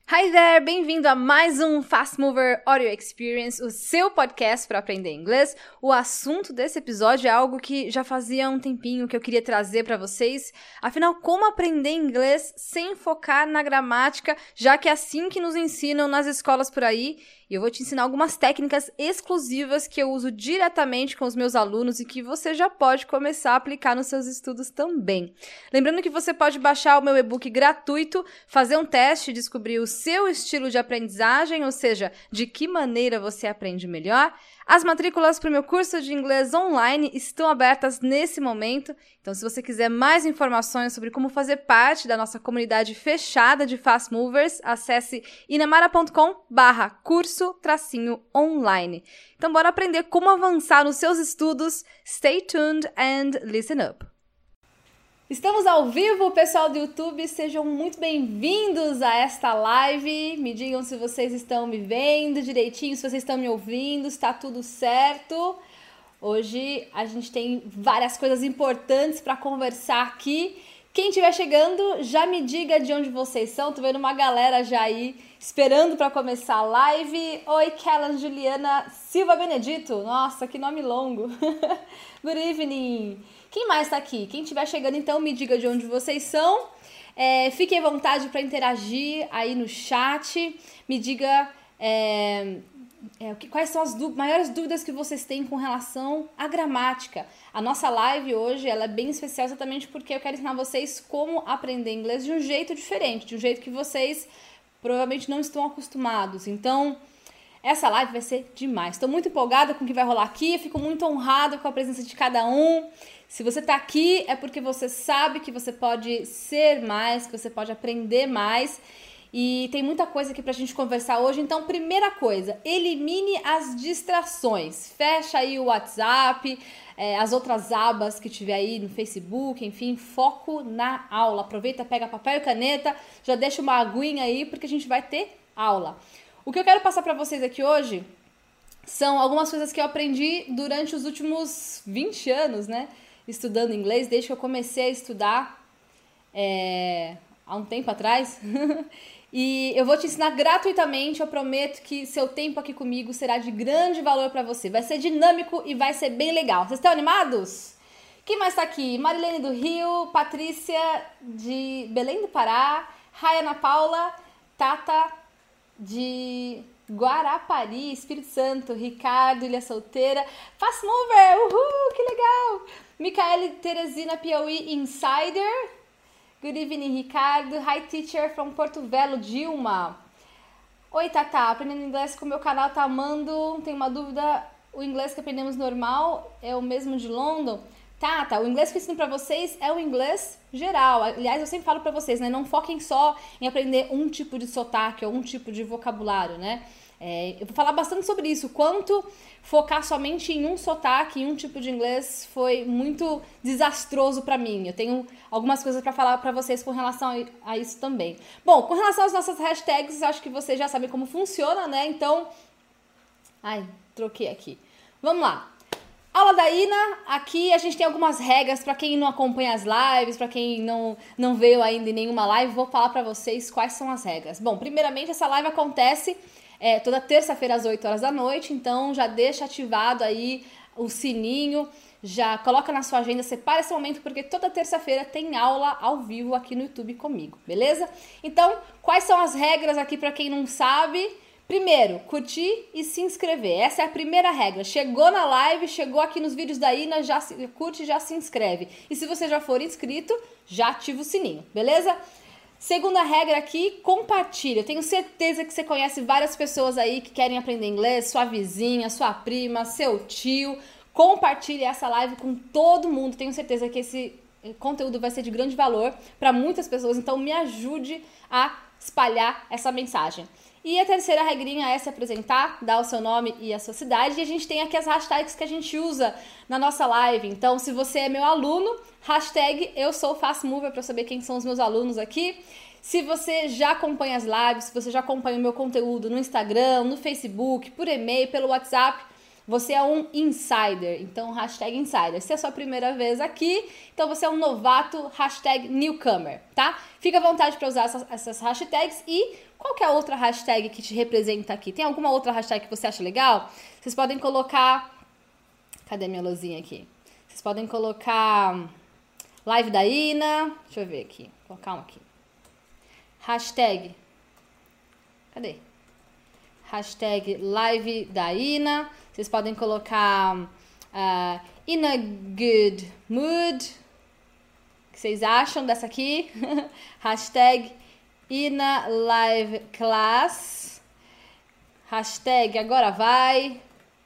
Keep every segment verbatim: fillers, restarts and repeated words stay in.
Hi there! Bem-vindo a mais um Fast Mover Audio Experience, o seu podcast para aprender inglês. O assunto desse episódio é algo que já fazia um tempinho que eu queria trazer para vocês. Afinal, como aprender inglês sem focar na gramática, já que é assim que nos ensinam nas escolas por aí. E eu vou te ensinar algumas técnicas exclusivas que eu uso diretamente com os meus alunos e que você já pode começar a aplicar nos seus estudos também. Lembrando que você pode baixar o meu e-book gratuito, fazer um teste e descobrir o seu estilo de aprendizagem, ou seja, de que maneira você aprende melhor. As matrículas para o meu curso de inglês online estão abertas nesse momento, então se você quiser mais informações sobre como fazer parte da nossa comunidade fechada de Fast Movers, acesse inamara.com barra curso tracinho online. Então bora aprender como avançar nos seus estudos. Stay tuned and listen up. Estamos ao vivo, pessoal do YouTube, sejam muito bem-vindos a esta live. Me digam se vocês estão me vendo direitinho, se vocês estão me ouvindo, está tudo certo. Hoje a gente tem várias coisas importantes para conversar aqui. Quem estiver chegando, já me diga de onde vocês são. Tô vendo uma galera já aí esperando para começar a live. Oi, Kellan Juliana Silva Benedito. Nossa, que nome longo. Good evening. Quem mais está aqui? Quem estiver chegando, então, me diga de onde vocês são. É, fiquem à vontade para interagir aí no chat. Me diga é, é, quais são as dú- maiores dúvidas que vocês têm com relação à gramática. A nossa live hoje ela é bem especial exatamente porque eu quero ensinar vocês como aprender inglês de um jeito diferente, de um jeito que vocês provavelmente não estão acostumados. Então, essa live vai ser demais. Estou muito empolgada com o que vai rolar aqui, fico muito honrada com a presença de cada um. Se você está aqui é porque você sabe que você pode ser mais, que você pode aprender mais. E tem muita coisa aqui pra gente conversar hoje. Então, primeira coisa, elimine as distrações. Fecha aí o WhatsApp, é, as outras abas que tiver aí no Facebook, enfim, foco na aula. Aproveita, pega papel e caneta, já deixa uma aguinha aí porque a gente vai ter aula. O que eu quero passar pra vocês aqui hoje são algumas coisas que eu aprendi durante os últimos vinte anos, né? Estudando inglês, desde que eu comecei a estudar é, há um tempo atrás. E eu vou te ensinar gratuitamente, eu prometo que seu tempo aqui comigo será de grande valor para você. Vai ser dinâmico e vai ser bem legal. Vocês estão animados? Quem mais tá aqui? Marilene do Rio, Patrícia de Belém do Pará, Rayana Paula, Tata de Guarapari, Espírito Santo, Ricardo, Ilha Solteira, Fast Mover, uhul, que legal! Micaele Teresina Piauí Insider, good evening, Ricardo. Hi, teacher from Porto Velho, Dilma. Oi, Tata, aprendendo inglês com o meu canal, tá amando. Tem uma dúvida, o inglês que aprendemos normal é o mesmo de London? Tata, o inglês que eu ensino pra vocês é o inglês geral. Aliás, eu sempre falo pra vocês, né, não foquem só em aprender um tipo de sotaque ou um tipo de vocabulário, né? É, eu vou falar bastante sobre isso, quanto focar somente em um sotaque, em um tipo de inglês foi muito desastroso pra mim. Eu tenho algumas coisas pra falar pra vocês com relação a isso também. Bom, com relação às nossas hashtags, acho que vocês já sabem como funciona, né? Então, ai, troquei aqui. Vamos lá. Aula da Ina, aqui a gente tem algumas regras para quem não acompanha as lives, para quem não, não veio ainda em nenhuma live, vou falar para vocês quais são as regras. Bom, primeiramente essa live acontece É, toda terça-feira às oito horas da noite, então já deixa ativado aí o sininho, já coloca na sua agenda, separa esse momento, porque toda terça-feira tem aula ao vivo aqui no YouTube comigo, beleza? Então, quais são as regras aqui para quem não sabe? Primeiro, curtir e se inscrever, essa é a primeira regra. Chegou na live, chegou aqui nos vídeos da Ina, já se, curte e já se inscreve. E se você já for inscrito, já ativa o sininho, beleza? Segunda regra aqui, compartilha. Eu tenho certeza que você conhece várias pessoas aí que querem aprender inglês, sua vizinha, sua prima, seu tio. Compartilhe essa live com todo mundo. Tenho certeza que esse conteúdo vai ser de grande valor para muitas pessoas, então me ajude a espalhar essa mensagem. E a terceira regrinha é se apresentar, dar o seu nome e a sua cidade. E a gente tem aqui as hashtags que a gente usa na nossa live. Então, se você é meu aluno, hashtag eu sou Fast Mover para saber quem são os meus alunos aqui. Se você já acompanha as lives, se você já acompanha o meu conteúdo no Instagram, no Facebook, por e-mail, pelo WhatsApp, você é um insider, então hashtag insider. Se é a sua primeira vez aqui, então você é um novato, hashtag newcomer, tá? Fica à vontade para usar essas, essas hashtags e qual que é a outra hashtag que te representa aqui? Tem alguma outra hashtag que você acha legal? Vocês podem colocar... Cadê minha luzinha aqui? Vocês podem colocar live da Ina. Deixa eu ver aqui. Vou colocar um aqui. Hashtag. Cadê? Hashtag live da Ina. Vocês podem colocar uh, in a good mood. O que vocês acham dessa aqui? Hashtag Ina live class. Hashtag agora vai.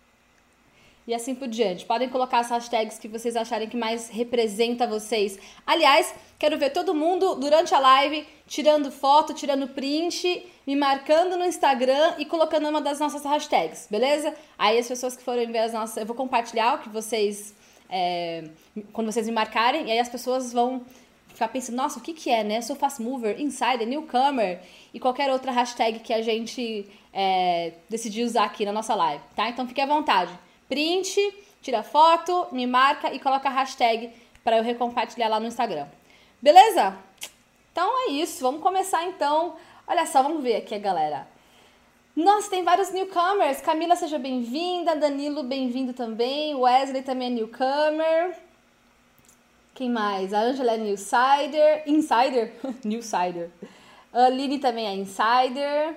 E assim por diante. Podem colocar as hashtags que vocês acharem que mais representa vocês. Aliás, quero ver todo mundo durante a live tirando foto, tirando print, me marcando no Instagram e colocando uma das nossas hashtags, beleza? Aí as pessoas que forem ver as nossas... Eu vou compartilhar o que vocês... É, quando vocês me marcarem, e aí as pessoas vão ficar pensando, nossa, o que que é, né? Sou fast mover, insider, newcomer e qualquer outra hashtag que a gente é, decidir usar aqui na nossa live, tá? Então fique à vontade. Print, tira foto, me marca e coloca a hashtag para eu recompartilhar lá no Instagram. Beleza? Então é isso, vamos começar então. Olha só, vamos ver aqui a galera. Nossa, tem vários newcomers. Camila, seja bem-vinda. Danilo, bem-vindo também. Wesley também é newcomer. Quem mais? A Angela é newsider. Insider? Newsider. A Lini também é insider.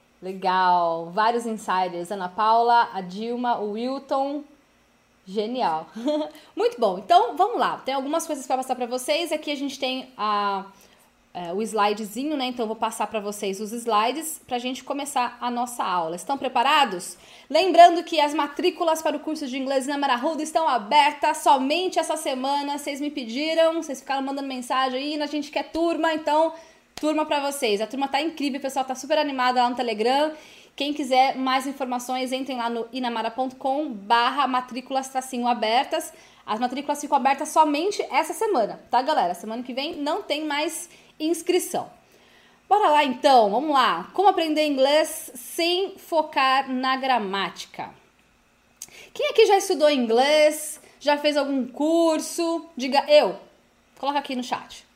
Legal, vários insiders, Ana Paula, a Dilma, o Wilton, genial. Muito bom, então vamos lá, tem algumas coisas para passar para vocês, aqui a gente tem a, a, o slidezinho, né, então eu vou passar para vocês os slides para a gente começar a nossa aula. Estão preparados? Lembrando que as matrículas para o curso de inglês na Marahuda estão abertas somente essa semana, vocês me pediram, vocês ficaram mandando mensagem aí, a gente quer turma, então... Turma pra vocês, a turma tá incrível, o pessoal tá super animado lá no Telegram. Quem quiser mais informações, entrem lá no inamara ponto com barra matrículas tracinho abertas. As matrículas ficam abertas somente essa semana, tá, galera? Semana que vem não tem mais inscrição. Bora lá então, vamos lá. Como aprender inglês sem focar na gramática? Quem aqui já estudou inglês? Já fez algum curso? Diga eu. Coloca aqui no chat.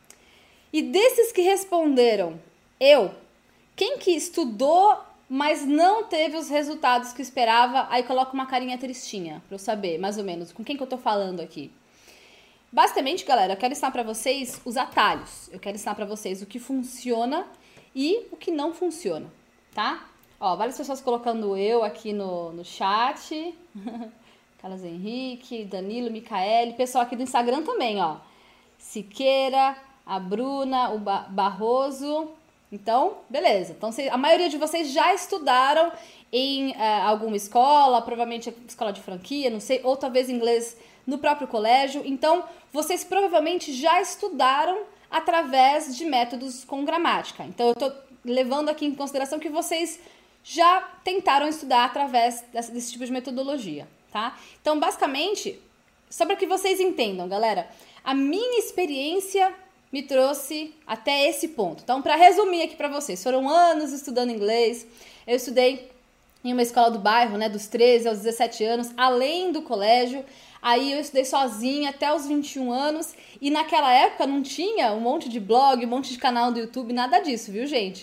E desses que responderam, eu, quem que estudou, mas não teve os resultados que esperava, aí coloca uma carinha tristinha, pra eu saber, mais ou menos, com quem que eu tô falando aqui. Basicamente, galera, eu quero ensinar pra vocês os atalhos. Eu quero ensinar pra vocês o que funciona e o que não funciona, tá? Ó, várias pessoas colocando eu aqui no, no chat. Carlos Henrique, Danilo, Micaele, pessoal aqui do Instagram também, ó. Siqueira... A Bruna, o ba Barroso. Então, beleza. Então, a maioria de vocês já estudaram em uh, alguma escola, provavelmente escola de franquia, não sei, ou talvez inglês no próprio colégio. Então, vocês provavelmente já estudaram através de métodos com gramática. Então, eu tô levando aqui em consideração que vocês já tentaram estudar através desse, desse tipo de metodologia, tá? Então, basicamente, só para que vocês entendam, galera, a minha experiência me trouxe até esse ponto. Então, para resumir aqui para vocês, foram anos estudando inglês. Eu estudei em uma escola do bairro, né, dos treze aos dezessete anos, além do colégio. Aí eu estudei sozinha até os vinte e um anos. E naquela época não tinha um monte de blog, um monte de canal do YouTube, nada disso, viu, gente?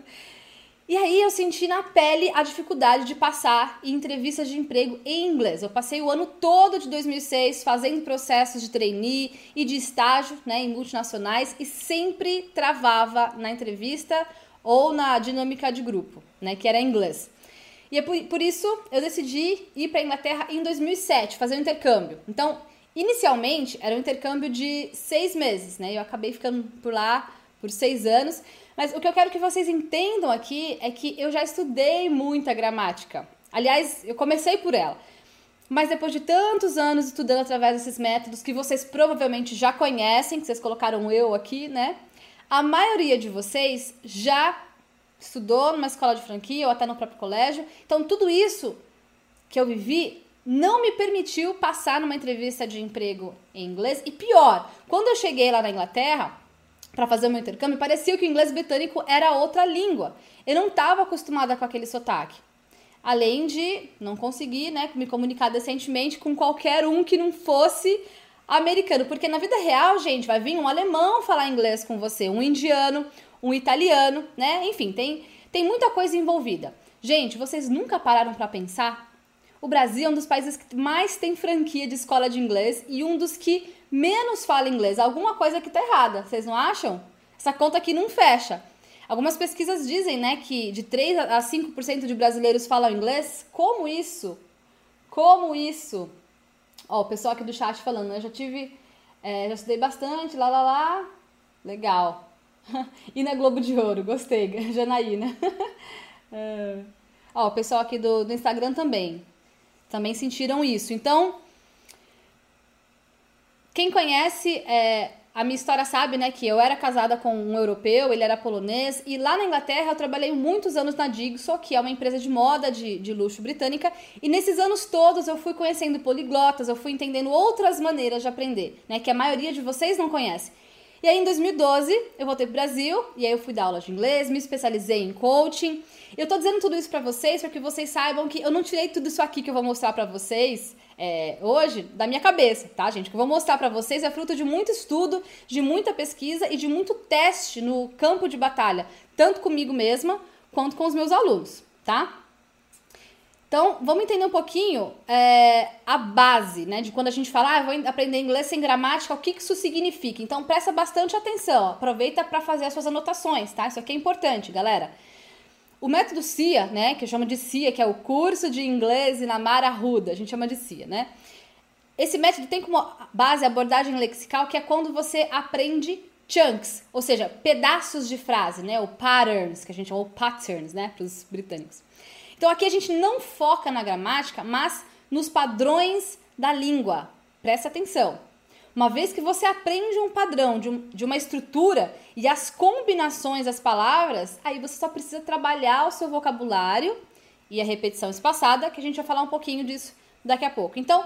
E aí eu senti na pele a dificuldade de passar em entrevistas de emprego em inglês. Eu passei o ano todo de dois mil e seis fazendo processos de trainee e de estágio, né, em multinacionais e sempre travava na entrevista ou na dinâmica de grupo, né, que era em inglês. E é por, por isso eu decidi ir para a Inglaterra em dois mil e sete, fazer um intercâmbio. Então, inicialmente era um intercâmbio de seis meses, né? Eu acabei ficando por lá por seis anos. Mas o que eu quero que vocês entendam aqui é que eu já estudei muita gramática. Aliás, eu comecei por ela. Mas depois de tantos anos estudando através desses métodos que vocês provavelmente já conhecem, que vocês colocaram eu aqui, né? A maioria de vocês já estudou numa escola de franquia ou até no próprio colégio. Então, tudo isso que eu vivi não me permitiu passar numa entrevista de emprego em inglês. E pior, quando eu cheguei lá na Inglaterra para fazer o meu intercâmbio, parecia que o inglês britânico era outra língua. Eu não estava acostumada com aquele sotaque. além de não conseguir, né, me comunicar decentemente com qualquer um que não fosse americano. Porque na vida real, gente, vai vir um alemão falar inglês com você, um indiano, um italiano, né? Enfim, tem, tem muita coisa envolvida. Gente, vocês nunca pararam para pensar? O Brasil é um dos países que mais tem franquia de escola de inglês e um dos que menos fala inglês. Alguma coisa aqui tá errada, vocês não acham? Essa conta aqui não fecha. Algumas pesquisas dizem, né, que de três a cinco por cento de brasileiros falam inglês. Como isso? Como isso? Ó, o pessoal aqui do chat falando, eu já tive, é, já estudei bastante, lá, lá, lá. Legal. E na Globo de Ouro, gostei, Janaína. É. Ó, o pessoal aqui do, do Instagram também. Também sentiram isso. Então, quem conhece é, a minha história sabe, né, que eu era casada com um europeu, ele era polonês, e lá na Inglaterra eu trabalhei muitos anos na Dixon, que é uma empresa de moda de, de luxo britânica, e nesses anos todos eu fui conhecendo poliglotas, eu fui entendendo outras maneiras de aprender, né, que a maioria de vocês não conhece. E aí, em dois mil e doze, eu voltei pro Brasil, e aí eu fui dar aula de inglês, me especializei em coaching. Eu tô dizendo tudo isso pra vocês, para que vocês saibam que eu não tirei tudo isso aqui que eu vou mostrar pra vocês é, hoje da minha cabeça, tá, gente? O que eu vou mostrar pra vocês é fruto de muito estudo, de muita pesquisa e de muito teste no campo de batalha, tanto comigo mesma, quanto com os meus alunos, tá? Então, vamos entender um pouquinho é, a base, né, de quando a gente fala, ah, eu vou aprender inglês sem gramática, o que isso significa. Então, presta bastante atenção, ó, aproveita para fazer as suas anotações, tá? Isso aqui é importante, galera. O método C I A, né, que eu chamo de C I A, que é o curso de inglês Inamar Arruda, a gente chama de C I A, né? Esse método tem como base a abordagem lexical, que é quando você aprende chunks, ou seja, pedaços de frase, né, ou patterns, que a gente chama, ou patterns, né, para os britânicos. Então, aqui a gente não foca na gramática, mas nos padrões da língua. Presta atenção. Uma vez que você aprende um padrão de, um, de uma estrutura e as combinações das palavras, aí você só precisa trabalhar o seu vocabulário e a repetição espaçada, que a gente vai falar um pouquinho disso daqui a pouco. Então,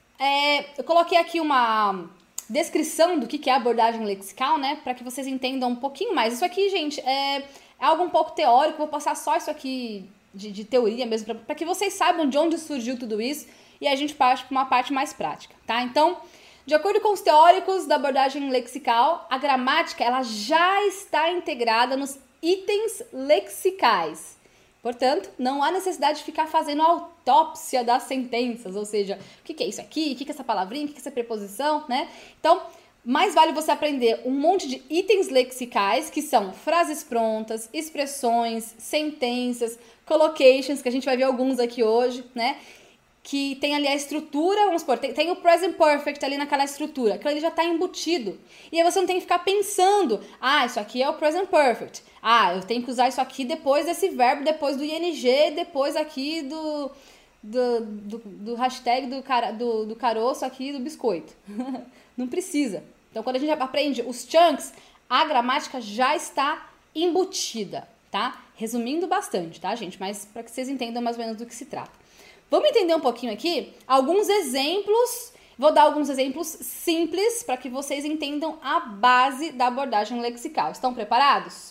é, eu coloquei aqui uma descrição do que é a abordagem lexical, né, para que vocês entendam um pouquinho mais. Isso aqui, gente, é, é algo um pouco teórico, vou passar só isso aqui De, de teoria mesmo, para que vocês saibam de onde surgiu tudo isso e a gente parte para uma parte mais prática, tá? Então, de acordo com os teóricos da abordagem lexical, a gramática ela já está integrada nos itens lexicais. Portanto, não há necessidade de ficar fazendo autópsia das sentenças, ou seja, o que é isso aqui, o que é essa palavrinha, o que é essa preposição, né? Então, mais vale você aprender um monte de itens lexicais, que são frases prontas, expressões, sentenças, collocations, que a gente vai ver alguns aqui hoje, né? Que tem ali a estrutura, vamos supor, tem, tem o present perfect ali naquela estrutura, aquilo ali já está embutido. E aí você não tem que ficar pensando, ah, isso aqui é o present perfect. Ah, eu tenho que usar isso aqui depois desse verbo, depois do ing, depois aqui do, do, do, do hashtag do, cara, do, do caroço aqui do biscoito. Não precisa. Então, quando a gente aprende os chunks, a gramática já está embutida, tá? Resumindo bastante, tá, gente? Mas para que vocês entendam mais ou menos do que se trata. Vamos entender um pouquinho aqui alguns exemplos. Vou dar alguns exemplos simples para que vocês entendam a base da abordagem lexical. Estão preparados?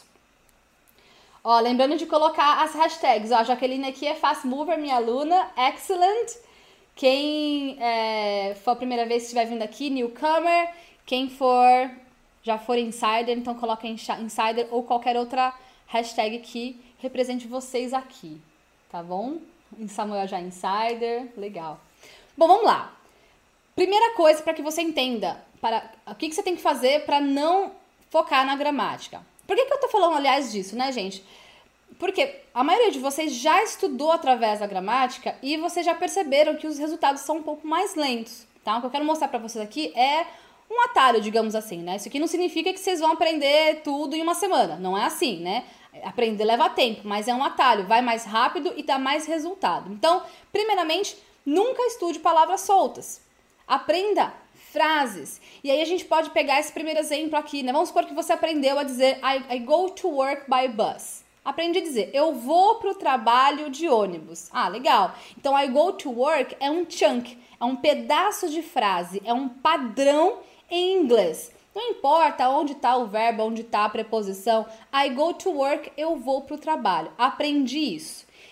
Ó, lembrando de colocar as hashtags. Ó, a Jaqueline aqui é Fast Mover, minha aluna. Excellent. Quem é, for a primeira vez que estiver vindo aqui, newcomer. Quem for, já for insider, então coloca insider ou qualquer outra hashtag que represente vocês aqui, tá bom? Samuel já insider, legal. Bom, vamos lá. Primeira coisa para que você entenda, para, o que, que você tem que fazer para não focar na gramática. Por que, que eu tô falando, aliás, disso, né, gente? Porque a maioria de vocês já estudou através da gramática e vocês já perceberam que os resultados são um pouco mais lentos, tá? O que eu quero mostrar para vocês aqui é um atalho, digamos assim, né? Isso aqui não significa que vocês vão aprender tudo em uma semana. Não é assim, né? Aprender leva tempo, mas é um atalho. Vai mais rápido e dá mais resultado. Então, primeiramente, nunca estude palavras soltas. Aprenda frases. E aí a gente pode pegar esse primeiro exemplo aqui, né? Vamos supor que você aprendeu a dizer I, I go to work by bus. Aprende a dizer, eu vou pro trabalho de ônibus. Ah, legal. Então, I go to work é um chunk, é um pedaço de frase, é um padrão em inglês. Não importa onde está o verbo, onde está a preposição. I go to work, eu vou pro trabalho. Aprendi isso.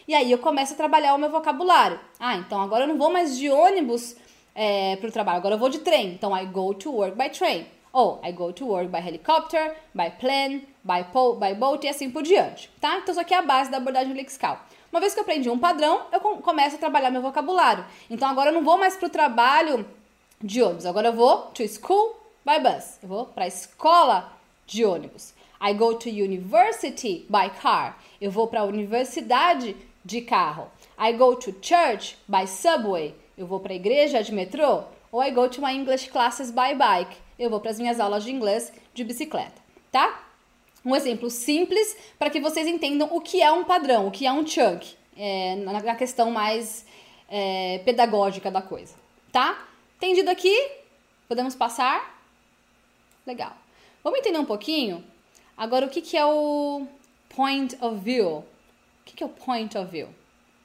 E aí eu começo a trabalhar o meu vocabulário. Ah, então agora eu não vou mais de ônibus é, pro trabalho, agora eu vou de trem. Então, I go to work by train. Ou, I go to work by helicopter, by plane, by, po- by boat e assim por diante, tá? Então, isso aqui é a base da abordagem lexical. Uma vez que eu aprendi um padrão, eu com- começo a trabalhar meu vocabulário. Então, agora eu não vou mais pro trabalho de ônibus, agora eu vou to school by bus. Eu vou pra escola de ônibus. I go to university by car. Eu vou pra universidade de carro. I go to church by subway. Eu vou pra igreja de metrô. Ou I go to my English classes by bike. Eu vou para as minhas aulas de inglês de bicicleta, tá? Um exemplo simples para que vocês entendam o que é um padrão, o que é um chunk, é, na, na questão mais é, pedagógica da coisa, tá? Entendido aqui? Podemos passar? Legal. Vamos entender um pouquinho agora o que, que é o point of view. O que, que é o point of view?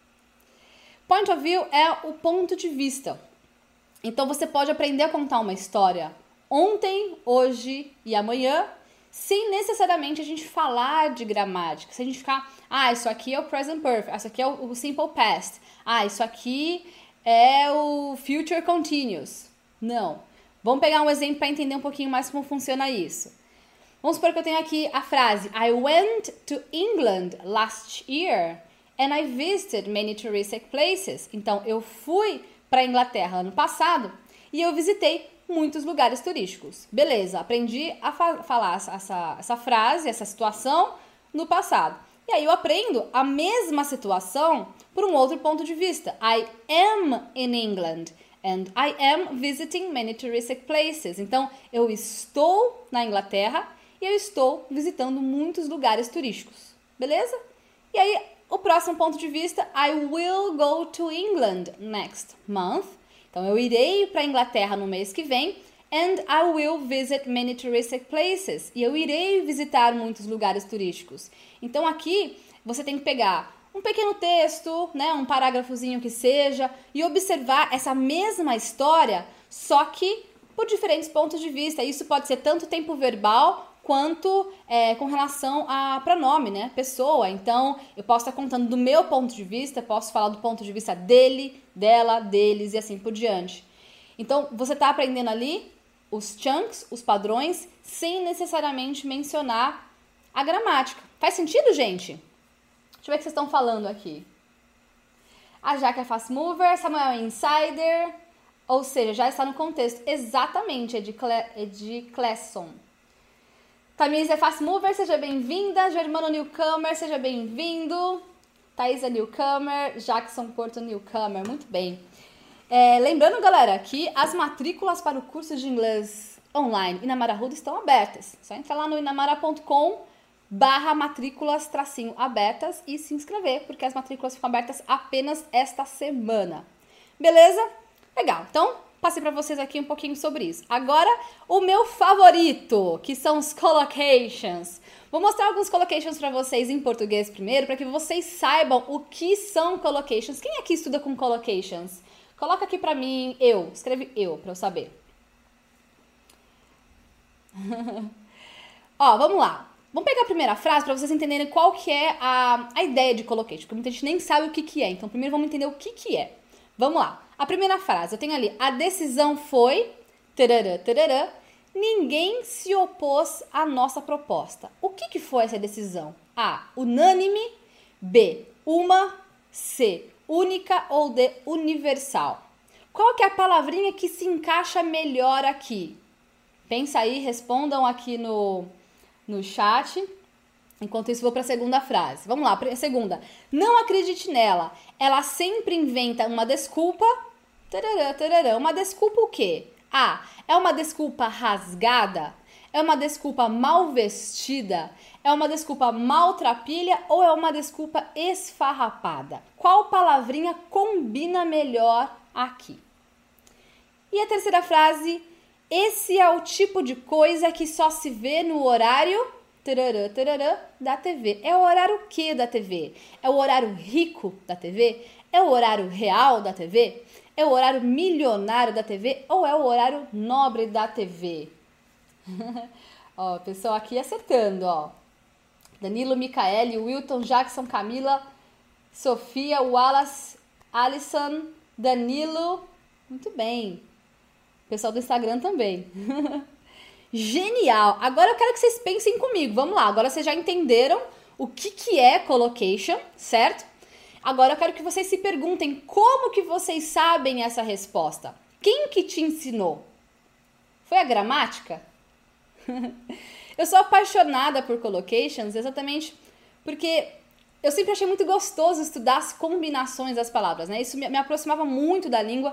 Point of view é o ponto de vista. Então, você pode aprender a contar uma história ontem, hoje e amanhã, sem necessariamente a gente falar de gramática. Se a gente ficar, ah, isso aqui é o present perfect, isso aqui é o simple past, ah, isso aqui é o future continuous. Não. Vamos pegar um exemplo para entender um pouquinho mais como funciona isso. Vamos supor que eu tenho aqui a frase I went to England last year and I visited many touristic places. Então, eu fui para a Inglaterra ano passado e eu visitei muitos lugares turísticos. Beleza, aprendi a fa- falar essa, essa frase, essa situação no passado. E aí eu aprendo a mesma situação por um outro ponto de vista. I am in England and I am visiting many touristic places. Então, eu estou na Inglaterra e eu estou visitando muitos lugares turísticos. Beleza? E aí, o próximo ponto de vista, I will go to England next month. Então, eu irei para a Inglaterra no mês que vem. And I will visit many touristic places. E eu irei visitar muitos lugares turísticos. Então, aqui, você tem que pegar um pequeno texto, né, um parágrafozinho que seja, e observar essa mesma história, só que por diferentes pontos de vista. Isso pode ser tanto tempo verbal quanto é, com relação a pronome, né? Pessoa. Então, eu posso estar contando do meu ponto de vista, posso falar do ponto de vista dele, dela, deles e assim por diante. Então, você está aprendendo ali os chunks, os padrões, sem necessariamente mencionar a gramática. Faz sentido, gente? Deixa eu ver o que vocês estão falando aqui. A Jaque é fast mover, Samuel é insider, ou seja, já está no contexto. Exatamente, é de, Cle- é de Clesson. Tamires é fast mover, seja bem-vinda. Germano newcomer, seja bem-vindo. Thaís é newcomer. Jackson Porto newcomer, muito bem. É, lembrando, galera, que as matrículas para o curso de inglês online Inamara Arruda estão abertas. É só entrar lá no inamara ponto com barra matrículas tracinho abertas e se inscrever, porque as matrículas ficam abertas apenas esta semana. Beleza? Legal. Então, passei para vocês aqui um pouquinho sobre isso. Agora, o meu favorito, que são os collocations. Vou mostrar alguns collocations para vocês em português primeiro, para que vocês saibam o que são collocations. Quem aqui estuda com collocations? Coloca aqui para mim, eu. Escreve eu, para eu saber. Ó, vamos lá. Vamos pegar a primeira frase para vocês entenderem qual que é a, a ideia de collocation, porque muita gente nem sabe o que que é. Então, primeiro vamos entender o que que é. Vamos lá. A primeira frase, eu tenho ali, a decisão foi, tarará, tarará, ninguém se opôs à nossa proposta. O que que foi essa decisão? A, unânime, B, uma, C, única ou D, universal. Qual que é a palavrinha que se encaixa melhor aqui? Pensa aí, respondam aqui no, no chat. Enquanto isso, vou para a segunda frase. Vamos lá, a segunda. Não acredite nela. Ela sempre inventa uma desculpa. Tarará, tarará. Uma desculpa o quê? A. É uma desculpa rasgada? É uma desculpa mal vestida? É uma desculpa maltrapilha? Ou é uma desculpa esfarrapada? Qual palavrinha combina melhor aqui? E a terceira frase. Esse é o tipo de coisa que só se vê no horário... Tarará, tarará, da T V. É o horário o quê da T V? É o horário rico da T V? É o horário real da T V? É o horário milionário da T V? Ou é o horário nobre da T V? Ó, pessoal aqui acertando, ó. Danilo, Micaele, Wilton, Jackson, Camila, Sofia, Wallace, Alisson, Danilo. Muito bem. Pessoal do Instagram também. Genial! Agora eu quero que vocês pensem comigo. Vamos lá, agora vocês já entenderam o que, que é collocation, certo? Agora eu quero que vocês se perguntem como que vocês sabem essa resposta. Quem que te ensinou? Foi a gramática? Eu sou apaixonada por collocations exatamente porque eu sempre achei muito gostoso estudar as combinações das palavras, né? Isso me, me aproximava muito da língua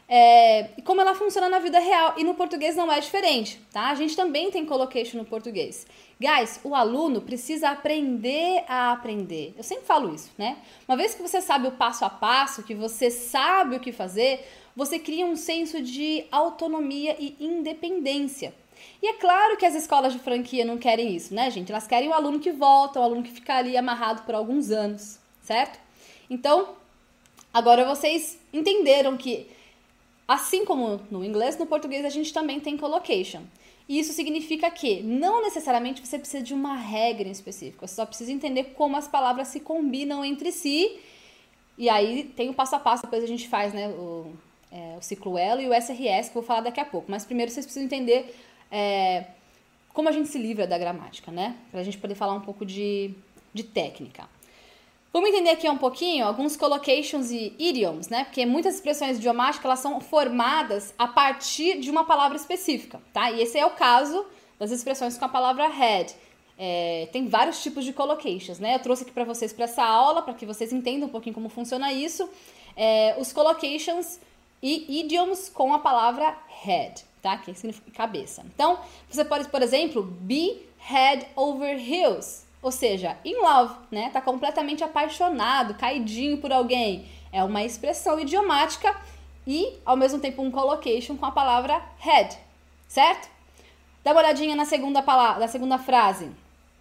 é, e como ela funciona na vida real. E no português não é diferente, tá? A gente também tem collocation no português. Guys, o aluno precisa aprender a aprender. Eu sempre falo isso, né? Uma vez que você sabe o passo a passo, que você sabe o que fazer, você cria um senso de autonomia e independência. E é claro que as escolas de franquia não querem isso, né, gente? Elas querem o aluno que volta, o aluno que fica ali amarrado por alguns anos, certo? Então, agora vocês entenderam que, assim como no inglês, no português a gente também tem collocation. E isso significa que não necessariamente você precisa de uma regra em específico, você só precisa entender como as palavras se combinam entre si. E aí tem o passo a passo, depois a gente faz, né, o, é, o ciclo Elo e o S R S, que eu vou falar daqui a pouco. Mas primeiro vocês precisam entender é, como a gente se livra da gramática, né? Pra gente poder falar um pouco de, de técnica. Vamos entender aqui um pouquinho alguns collocations e idioms, né? Porque muitas expressões idiomáticas, elas são formadas a partir de uma palavra específica, tá? E esse é o caso das expressões com a palavra had. É, tem vários tipos de collocations, né? Eu trouxe aqui para vocês para essa aula, para que vocês entendam um pouquinho como funciona isso. É, os collocations e idioms com a palavra head, tá? Que significa cabeça. Então, você pode, por exemplo, be head over heels. Ou seja, in love, né? Tá completamente apaixonado, caidinho por alguém. É uma expressão idiomática e, ao mesmo tempo, um collocation com a palavra head, certo? Dá uma olhadinha na segunda palavra, na segunda frase.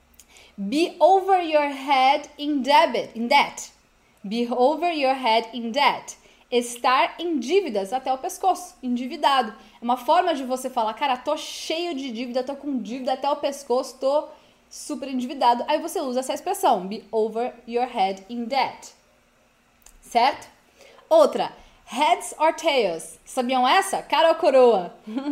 Be over your head in debt, in debt. Be over your head in debt. Estar em dívidas até o pescoço, endividado. É uma forma de você falar, cara, tô cheio de dívida, tô com dívida até o pescoço, tô super endividado. Aí você usa essa expressão, be over your head in debt. Certo? Outra, heads or tails. Sabiam essa? Cara ou coroa?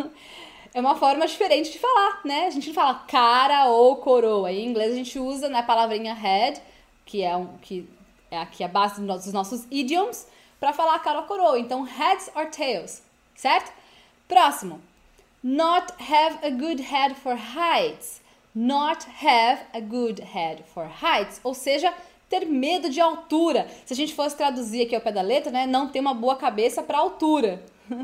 É uma forma diferente de falar, né? A gente não fala cara ou coroa. Em inglês a gente usa, né, a palavrinha head, que é, um, que é aqui a base dos nossos idioms, para falar cara ou coroa. Então, heads or tails, certo? Próximo. Not have a good head for heights. Not have a good head for heights. Ou seja, ter medo de altura. Se a gente fosse traduzir aqui ao pé da letra, né? Não ter uma boa cabeça para altura.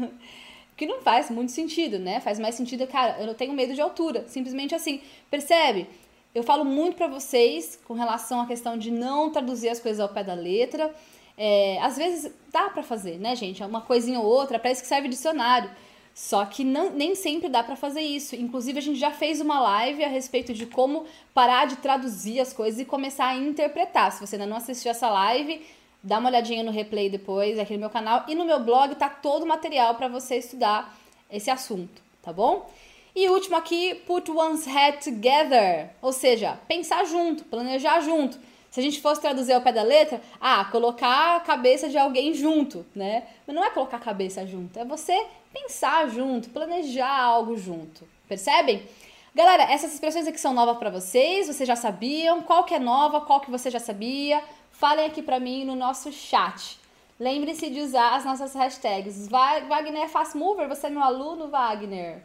Que não faz muito sentido, né? Faz mais sentido, cara, eu tenho medo de altura. Simplesmente assim. Percebe? Eu falo muito pra vocês com relação à questão de não traduzir as coisas ao pé da letra. É, às vezes dá pra fazer, né, gente? Uma coisinha ou outra, pra isso que serve dicionário. Só que não, nem sempre dá pra fazer isso. Inclusive, a gente já fez uma live a respeito de como parar de traduzir as coisas e começar a interpretar. Se você ainda não assistiu essa live, dá uma olhadinha no replay depois aqui no meu canal. E no meu blog tá todo o material pra você estudar esse assunto, tá bom? E último aqui, put one's head together. Ou seja, pensar junto, planejar junto. Se a gente fosse traduzir ao pé da letra, ah, colocar a cabeça de alguém junto, né? Mas não é colocar a cabeça junto, é você pensar junto, planejar algo junto. Percebem? Galera, essas expressões aqui são novas para vocês, vocês já sabiam? Qual que é nova, qual que você já sabia? Falem aqui para mim no nosso chat. Lembre-se de usar as nossas hashtags. Wagner Fast Mover, você é meu aluno, Wagner?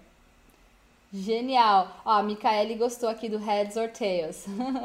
Genial. Ó, a Micaele gostou aqui do heads or tails.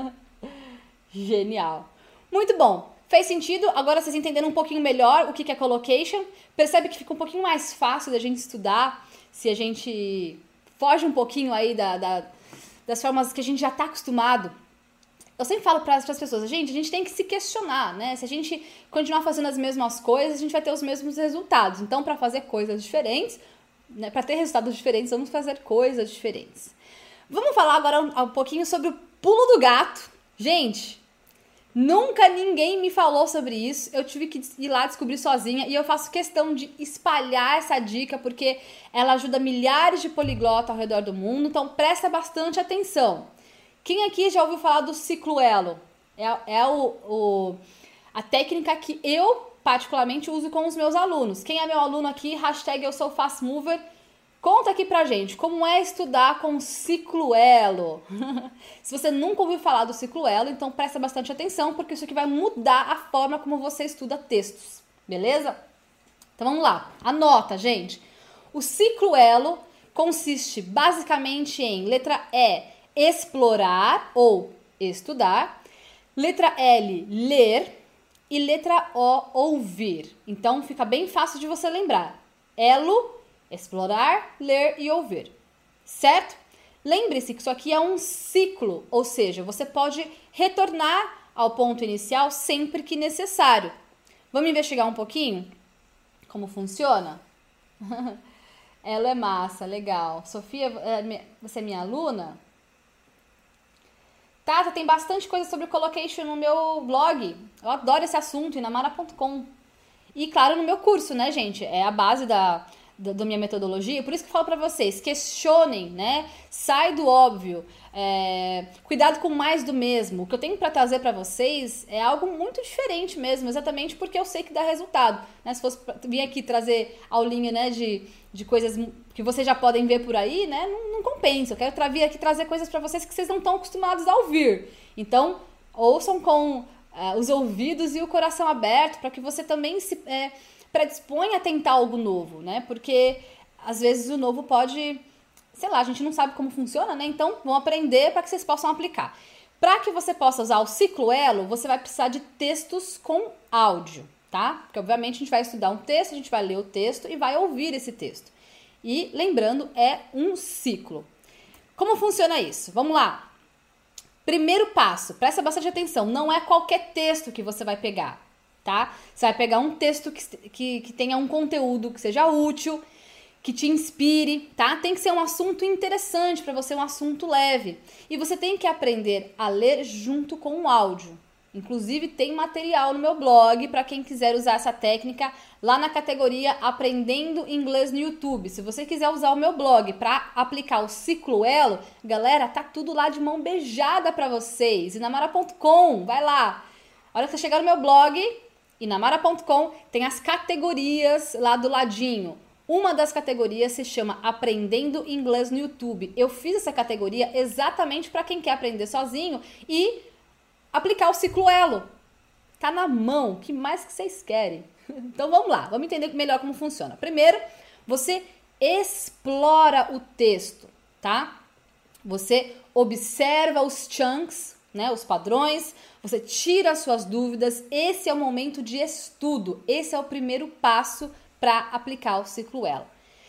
Genial. Muito bom. Fez sentido? Agora vocês entenderam um pouquinho melhor o que é collocation. Percebe que fica um pouquinho mais fácil da gente estudar se a gente foge um pouquinho aí da, da, das formas que a gente já está acostumado. Eu sempre falo para as pessoas, gente, a gente tem que se questionar, né? Se a gente continuar fazendo as mesmas coisas, a gente vai ter os mesmos resultados. Então, para fazer coisas diferentes, né, para ter resultados diferentes, vamos fazer coisas diferentes. Vamos falar agora um, um pouquinho sobre o pulo do gato. Gente, nunca ninguém me falou sobre isso, eu tive que ir lá descobrir sozinha e eu faço questão de espalhar essa dica porque ela ajuda milhares de poliglotas ao redor do mundo, então presta bastante atenção. Quem aqui já ouviu falar do ciclo Elo? É, é o, o, a técnica que eu particularmente uso com os meus alunos. Quem é meu aluno aqui, hashtag eu sou fast mover, conta aqui pra gente como é estudar com ciclo elo. Se você nunca ouviu falar do ciclo elo, então presta bastante atenção, porque isso aqui vai mudar a forma como você estuda textos, beleza? Então vamos lá, anota, gente. O ciclo elo consiste basicamente em letra E, explorar ou estudar, letra L, ler, e letra O, ouvir. Então fica bem fácil de você lembrar. Elo, explorar, ler e ouvir. Certo? Lembre-se que isso aqui é um ciclo, ou seja, você pode retornar ao ponto inicial sempre que necessário. Vamos investigar um pouquinho como funciona? Elo é massa, legal. Sofia, você é minha aluna? Tata, tem bastante coisa sobre collocation no meu blog. Eu adoro esse assunto, inamara ponto com. E claro, no meu curso, né, gente? É a base da, da, da minha metodologia. Por isso que eu falo pra vocês, questionem, né? Sai do óbvio. É, cuidado com mais do mesmo. O que eu tenho pra trazer pra vocês é algo muito diferente mesmo, exatamente porque eu sei que dá resultado. Né? Se fosse pra vir aqui trazer aulinha, né, de, de coisas que vocês já podem ver por aí, né? Não, não compensa. Eu quero tra- vir aqui trazer coisas pra vocês que vocês não estão acostumados a ouvir. Então, ouçam com uh, os ouvidos e o coração aberto para que você também se é, predisponha a tentar algo novo, né? Porque às vezes o novo pode, sei lá, a gente não sabe como funciona, né? Então, vão aprender para que vocês possam aplicar. Para que você possa usar o ciclo elo, você vai precisar de textos com áudio, tá? Porque obviamente a gente vai estudar um texto, a gente vai ler o texto e vai ouvir esse texto. E, lembrando, é um ciclo. Como funciona isso? Vamos lá. Primeiro passo, presta bastante atenção, não é qualquer texto que você vai pegar, tá? Você vai pegar um texto que, que, que tenha um conteúdo que seja útil, que te inspire, tá? Tem que ser um assunto interessante para você, um assunto leve. E você tem que aprender a ler junto com o áudio. Inclusive, tem material no meu blog para quem quiser usar essa técnica lá na categoria Aprendendo Inglês no YouTube. Se você quiser usar o meu blog para aplicar o ciclo elo, galera, tá tudo lá de mão beijada para vocês. inamara ponto com, vai lá. A hora que você chegar no meu blog, inamara ponto com, tem as categorias lá do ladinho. Uma das categorias se chama Aprendendo Inglês no YouTube. Eu fiz essa categoria exatamente para quem quer aprender sozinho e aplicar o ciclo elo. Tá na mão. O que mais que vocês querem? Então vamos lá, vamos entender melhor como funciona. Primeiro, você explora o texto, tá? Você observa os chunks, né, os padrões, você tira as suas dúvidas. Esse é o momento de estudo. Esse é o primeiro passo para aplicar o ciclo elo.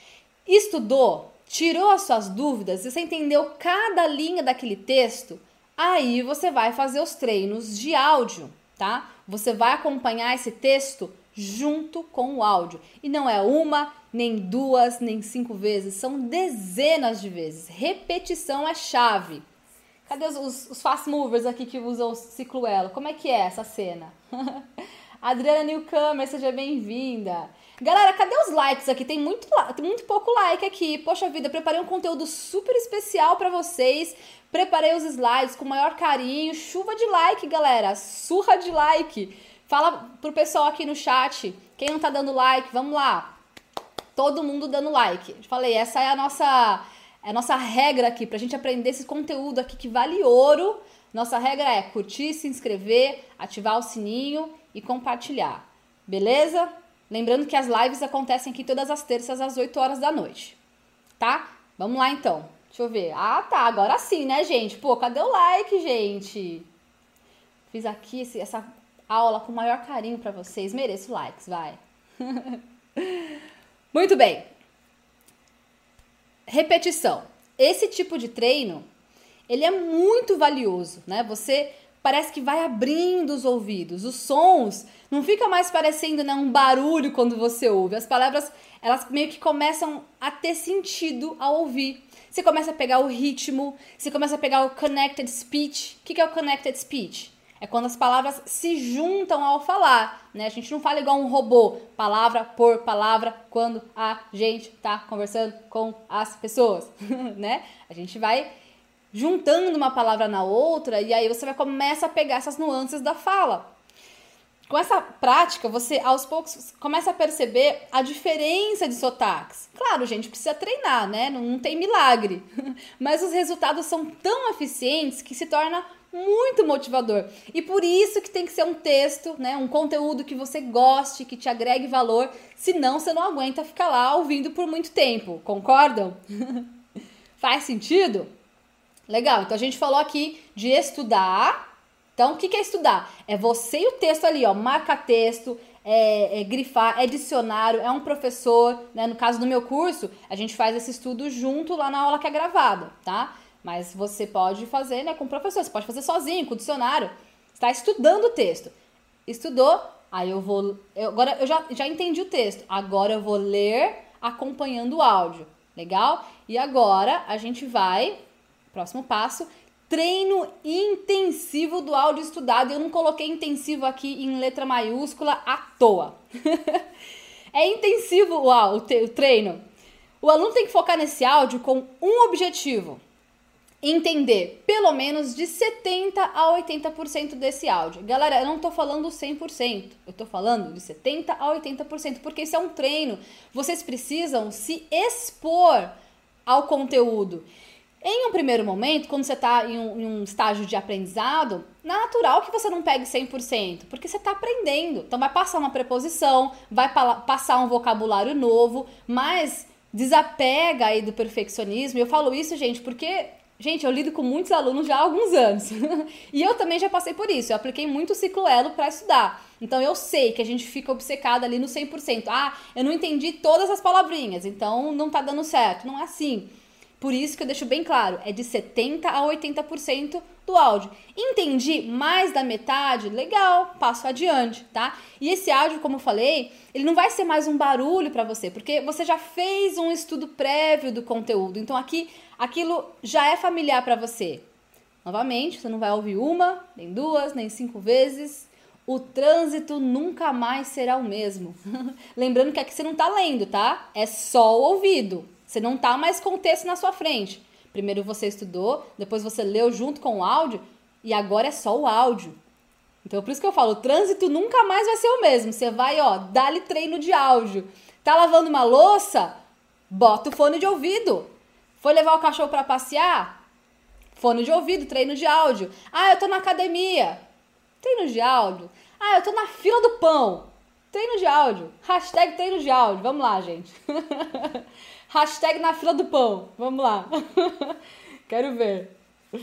Estudou, tirou as suas dúvidas, você entendeu cada linha daquele texto. Aí você vai fazer os treinos de áudio, tá? Você vai acompanhar esse texto junto com o áudio. E não é uma, nem duas, nem cinco vezes, são dezenas de vezes. Repetição é chave. Cadê os, os, os fast movers aqui que usam o ciclo elo? Como é que é essa cena? Adriana Newcomer, seja bem-vinda. Galera, cadê os likes aqui? Tem muito, tem muito pouco like aqui. Poxa vida, preparei um conteúdo super especial pra vocês. Preparei os slides com o maior carinho. Chuva de like, galera. Surra de like. Fala pro pessoal aqui no chat. Quem não tá dando like, vamos lá. Todo mundo dando like. Falei, essa é a nossa, é a nossa regra aqui pra gente aprender esse conteúdo aqui que vale ouro. Nossa regra é curtir, se inscrever, ativar o sininho e compartilhar. Beleza? Lembrando que as lives acontecem aqui todas as terças às oito horas da noite. Tá? Vamos lá então. Deixa eu ver. Ah, tá. Agora sim, né, gente? Pô, cadê o like, gente? Fiz aqui esse, essa aula com o maior carinho pra vocês. Mereço likes, vai. Muito bem. Repetição. Esse tipo de treino, ele é muito valioso, né? Você parece que vai abrindo os ouvidos. Os sons não fica mais parecendo, né, um barulho quando você ouve. As palavras, elas meio que começam a ter sentido ao ouvir. Você começa a pegar o ritmo, você começa a pegar o connected speech. O que é o connected speech? É quando as palavras se juntam ao falar, né? A gente não fala igual um robô, palavra por palavra, quando a gente tá conversando com as pessoas, né? A gente vai juntando uma palavra na outra e aí você vai começa a pegar essas nuances da fala. Com essa prática, você aos poucos começa a perceber a diferença de sotaques. Claro, gente, precisa treinar, né? Não, não tem milagre. Mas os resultados são tão eficientes que se torna muito motivador. E por isso que tem que ser um texto, né? Um conteúdo que você goste, que te agregue valor. Senão você não aguenta ficar lá ouvindo por muito tempo. Concordam? Faz sentido? Legal, então a gente falou aqui de estudar. Então, o que é estudar? É você e o texto ali, ó, marca texto, é, é grifar, é dicionário, é um professor, né? No caso do meu curso, a gente faz esse estudo junto lá na aula que é gravada, tá? Mas você pode fazer, né, com o professor, você pode fazer sozinho, com o dicionário. Você está estudando o texto. Estudou, aí eu vou... Eu, agora eu já, já entendi o texto. Agora eu vou ler acompanhando o áudio. Legal? E agora a gente vai... Próximo passo... Treino intensivo do áudio estudado. Eu não coloquei intensivo aqui em letra maiúscula à toa. É intensivo o, o treino. O aluno tem que focar nesse áudio com um objetivo. Entender pelo menos de setenta a oitenta por cento desse áudio. Galera, eu não tô falando cem por cento. Eu tô falando de setenta a oitenta por cento. Porque isso é um treino. Vocês precisam se expor ao conteúdo. Em um primeiro momento, quando você está em, um, em um estágio de aprendizado, natural que você não pegue cem por cento, porque você está aprendendo. Então vai passar uma preposição, vai pa- passar um vocabulário novo, mas desapega aí do perfeccionismo. E eu falo isso, gente, porque, gente, eu lido com muitos alunos já há alguns anos. E eu também já passei por isso. Eu apliquei muito o ciclo Elo para estudar. Então eu sei que a gente fica obcecado ali no cem por cento. Ah, eu não entendi todas as palavrinhas, então não tá dando certo. Não é assim. Por isso que eu deixo bem claro, é de setenta a oitenta por cento do áudio. Entendi mais da metade? Legal, passo adiante, tá? E esse áudio, como eu falei, ele não vai ser mais um barulho para você, porque você já fez um estudo prévio do conteúdo. Então aqui, aquilo já é familiar para você. Novamente, você não vai ouvir uma, nem duas, nem cinco vezes. O trânsito nunca mais será o mesmo. Lembrando que aqui você não tá lendo, tá? É só o ouvido. Você não tá mais com o texto na sua frente. Primeiro você estudou, depois você leu junto com o áudio e agora é só o áudio. Então por isso que eu falo, o trânsito nunca mais vai ser o mesmo. Você vai, ó, dá-lhe treino de áudio. Tá lavando uma louça? Bota o fone de ouvido. Foi levar o cachorro para passear? Fone de ouvido, treino de áudio. Ah, eu tô na academia. Treino de áudio. Ah, eu tô na fila do pão. Treino de áudio. Hashtag treino de áudio. Vamos lá, gente. Hashtag na fila do pão. Vamos lá. Quero ver.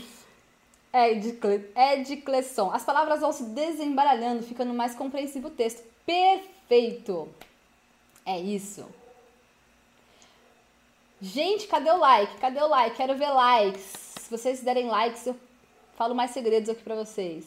Edclesson. As palavras vão se desembaralhando, ficando mais compreensível o texto. Perfeito. É isso. Gente, cadê o like? Cadê o like? Quero ver likes. Se vocês derem likes, eu falo mais segredos aqui pra vocês.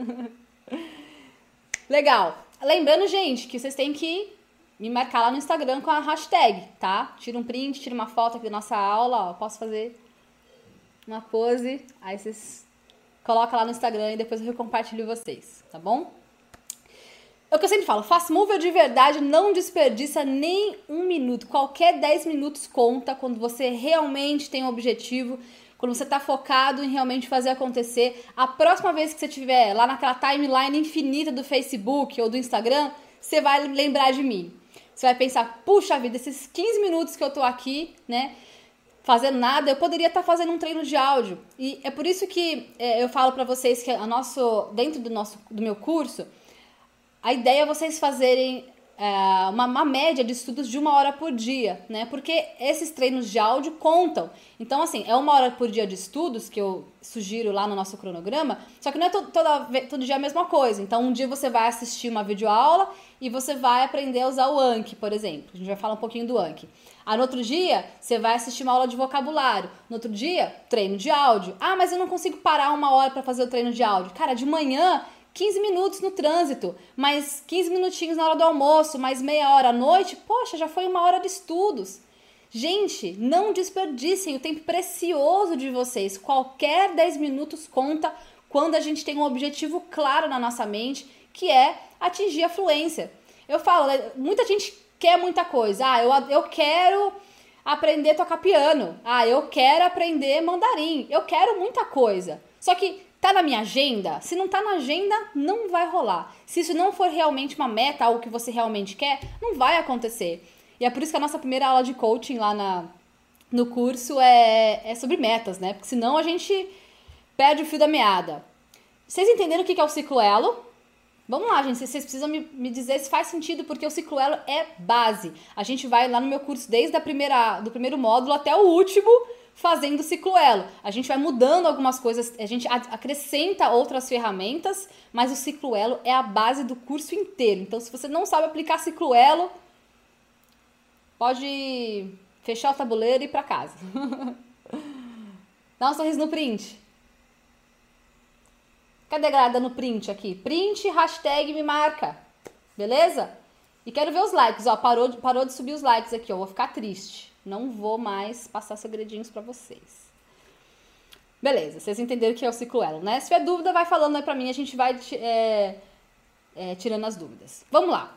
Legal. Lembrando, gente, que vocês têm que me marcar lá no Instagram com a hashtag, tá? Tira um print, tira uma foto aqui da nossa aula, ó. Posso fazer uma pose, aí vocês colocam lá no Instagram e depois eu compartilho vocês, tá bom? É o que eu sempre falo, Fast Mover de verdade não desperdiça nem um minuto. Qualquer dez minutos conta quando você realmente tem um objetivo, quando você tá focado em realmente fazer acontecer. A próxima vez que você estiver lá naquela timeline infinita do Facebook ou do Instagram, você vai lembrar de mim. Você vai pensar, puxa vida, esses quinze minutos que eu tô aqui, né, fazendo nada, eu poderia estar fazendo um treino de áudio. E é por isso que é, eu falo pra vocês que a nosso, dentro do, nosso, do meu curso, a ideia é vocês fazerem é, uma, uma média de estudos de uma hora por dia, né? Porque esses treinos de áudio contam. Então, assim, é uma hora por dia de estudos que eu sugiro lá no nosso cronograma, só que não é to, toda, todo dia a mesma coisa. Então, um dia você vai assistir uma videoaula e você vai aprender a usar o Anki, por exemplo. A gente vai falar um pouquinho do Anki. Aí, no outro dia, você vai assistir uma aula de vocabulário. No outro dia, treino de áudio. Ah, mas eu não consigo parar uma hora para fazer o treino de áudio. Cara, de manhã, quinze minutos no trânsito, mais quinze minutinhos na hora do almoço, mais meia hora à noite, poxa, já foi uma hora de estudos. Gente, não desperdicem o tempo precioso de vocês. Qualquer dez minutos conta quando a gente tem um objetivo claro na nossa mente, que é atingir a fluência. Eu falo, muita gente quer muita coisa. Ah, eu, eu quero aprender a tocar piano. Ah, eu quero aprender mandarim. Eu quero muita coisa. Só que Tá na minha agenda? Se não tá na agenda, não vai rolar. Se isso não for realmente uma meta, algo que você realmente quer, não vai acontecer. E é por isso que a nossa primeira aula de coaching lá na, no curso é, é sobre metas, né? Porque senão a gente perde o fio da meada. Vocês entenderam o que é o ciclo elo? Vamos lá, gente, vocês precisam me, me dizer se faz sentido, porque o ciclo elo é base. A gente vai lá no meu curso desde a primeira, do primeiro módulo até o último fazendo o ciclo elo. A gente vai mudando algumas coisas, a gente acrescenta outras ferramentas, mas o ciclo elo é a base do curso inteiro. Então, se você não sabe aplicar ciclo elo, pode fechar o tabuleiro e ir pra casa. Dá um sorriso no print. Cadê a galera no print aqui? Print, hashtag me marca. Beleza? E quero ver os likes, ó. Parou, parou de subir os likes aqui, ó. Vou ficar triste. Não vou mais passar segredinhos pra vocês. Beleza, vocês entenderam o que é o ciclo elo, né? Se tiver dúvida, vai falando aí pra mim. A gente vai é, é, tirando as dúvidas. Vamos lá.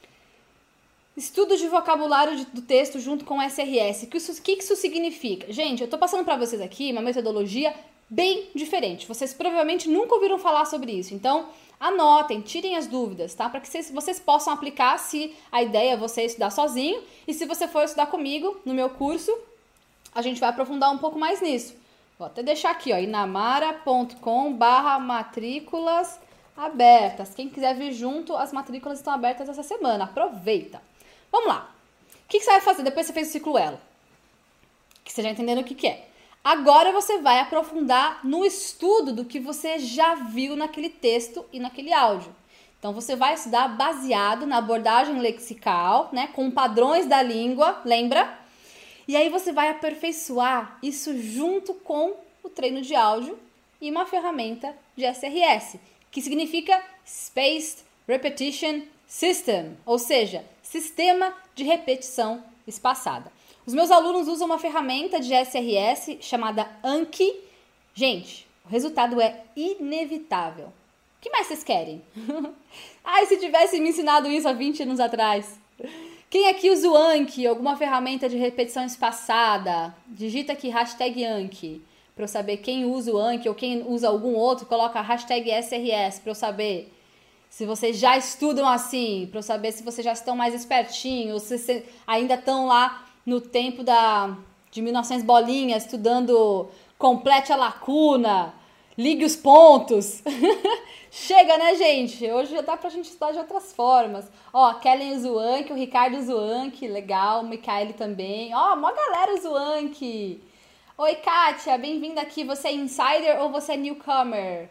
Estudo de vocabulário de, do texto junto com o S R S. O que isso, que isso significa? Gente, eu tô passando pra vocês aqui uma metodologia bem diferente. Vocês provavelmente nunca ouviram falar sobre isso. Então, anotem, tirem as dúvidas, tá? Para que vocês, vocês possam aplicar se a ideia é você estudar sozinho. E se você for estudar comigo no meu curso, a gente vai aprofundar um pouco mais nisso. Vou até deixar aqui, ó, inamara ponto com barra matrículas abertas. Quem quiser vir junto, as matrículas estão abertas essa semana. Aproveita. Vamos lá. O que, que você vai fazer depois que você fez o ciclo elo? Que você já entendeu o que, que é. Agora você vai aprofundar no estudo do que você já viu naquele texto e naquele áudio. Então, você vai estudar baseado na abordagem lexical, né, com padrões da língua, lembra? E aí você vai aperfeiçoar isso junto com o treino de áudio e uma ferramenta de S R S, que significa Spaced Repetition System, ou seja, sistema de repetição espaçada. Os meus alunos usam uma ferramenta de S R S chamada Anki. Gente, o resultado é inevitável. O que mais vocês querem? Ai, se tivesse me ensinado isso há vinte anos atrás. Quem aqui usa o Anki, alguma ferramenta de repetição espaçada? Digita aqui hashtag Anki, para eu saber quem usa o Anki ou quem usa algum outro, coloca hashtag S R S para eu saber se vocês já estudam assim, para eu saber se vocês já estão mais espertinhos, se vocês ainda estão lá no tempo da, de mil e novecentos bolinhas, estudando complete a lacuna, ligue os pontos. Chega, né, gente? Hoje já dá pra gente estudar de outras formas. Ó, a Kellen usa o Anki, o Ricardo usa o Anki, legal, o Micaele também. Ó, uma galera usa o Anki. Oi, Kátia, bem-vinda aqui. Você é insider ou você é newcomer?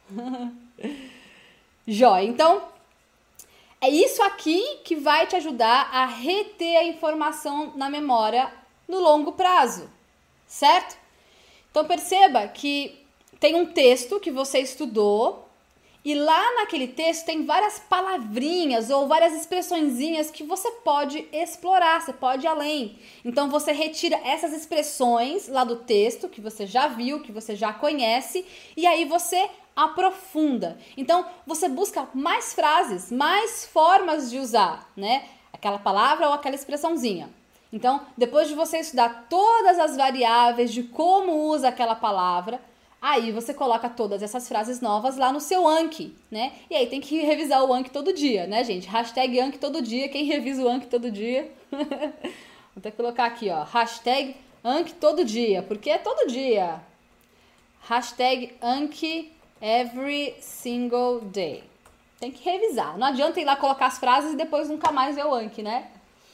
Jóia, então... é isso aqui que vai te ajudar a reter a informação na memória no longo prazo, certo? Então perceba que tem um texto que você estudou e lá naquele texto tem várias palavrinhas ou várias expressõezinhas que você pode explorar, você pode ir além. Então você retira essas expressões lá do texto que você já viu, que você já conhece e aí você aprofunda. Então, você busca mais frases, mais formas de usar, né? Aquela palavra ou aquela expressãozinha. Então, depois de você estudar todas as variáveis de como usa aquela palavra, aí você coloca todas essas frases novas lá no seu Anki, né? E aí tem que revisar o Anki todo dia, né, gente? Hashtag Anki todo dia. Quem revisa o Anki todo dia? Vou ter que colocar aqui, ó. Hashtag Anki todo dia. Porque é todo dia. Hashtag Anki every single day. Tem que revisar. Não adianta ir lá colocar as frases e depois nunca mais ver o Anki, né?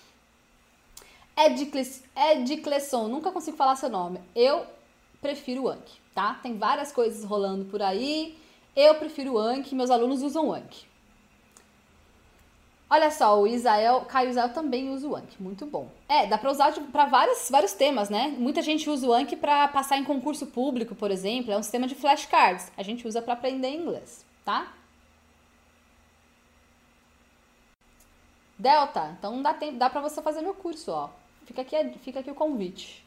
Edclesson, nunca consigo falar seu nome. Eu prefiro o Anki, tá? Tem várias coisas rolando por aí. Eu prefiro o Anki, meus alunos usam o Anki. Olha só, o Isael, Caio Isael também usa o Anki, muito bom. É, dá pra usar para vários, vários temas, né? Muita gente usa o Anki para passar em concurso público, por exemplo. É um sistema de flashcards. A gente usa para aprender inglês, tá? Delta, então dá, tempo, dá pra você fazer meu curso, ó. Fica aqui, fica aqui o convite.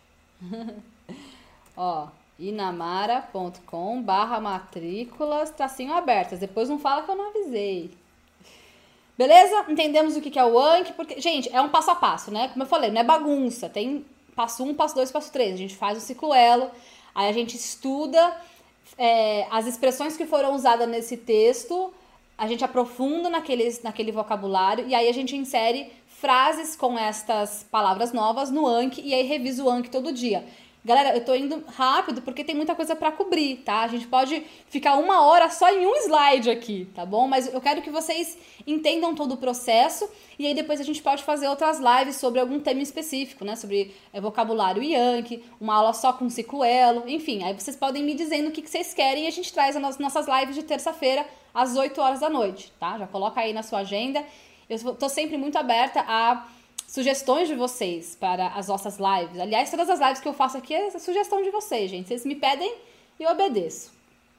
Ó, inamara ponto com barra matrículas, tracinho abertas. Depois não fala que eu não avisei. Beleza? Entendemos o que é o Anki, porque, gente, é um passo a passo, né? Como eu falei, não é bagunça. Tem passo um, passo dois, passo três. A gente faz o ciclo elo, aí a gente estuda, é, as expressões que foram usadas nesse texto, a gente aprofunda naqueles, naquele vocabulário e aí a gente insere frases com estas palavras novas no Anki e aí revisa o Anki todo dia. Galera, eu tô indo rápido porque tem muita coisa pra cobrir, tá? A gente pode ficar uma hora só em um slide aqui, tá bom? Mas eu quero que vocês entendam todo o processo e aí depois a gente pode fazer outras lives sobre algum tema específico, né? Sobre é, vocabulário Yankee, uma aula só com ciclo elo, enfim. Aí vocês podem me dizendo o que, que vocês querem e a gente traz as nossas lives de terça-feira às oito horas da noite, tá? Já coloca aí na sua agenda. Eu tô sempre muito aberta a sugestões de vocês para as nossas lives. Aliás, todas as lives que eu faço aqui é sugestão de vocês, gente. Vocês me pedem e eu obedeço.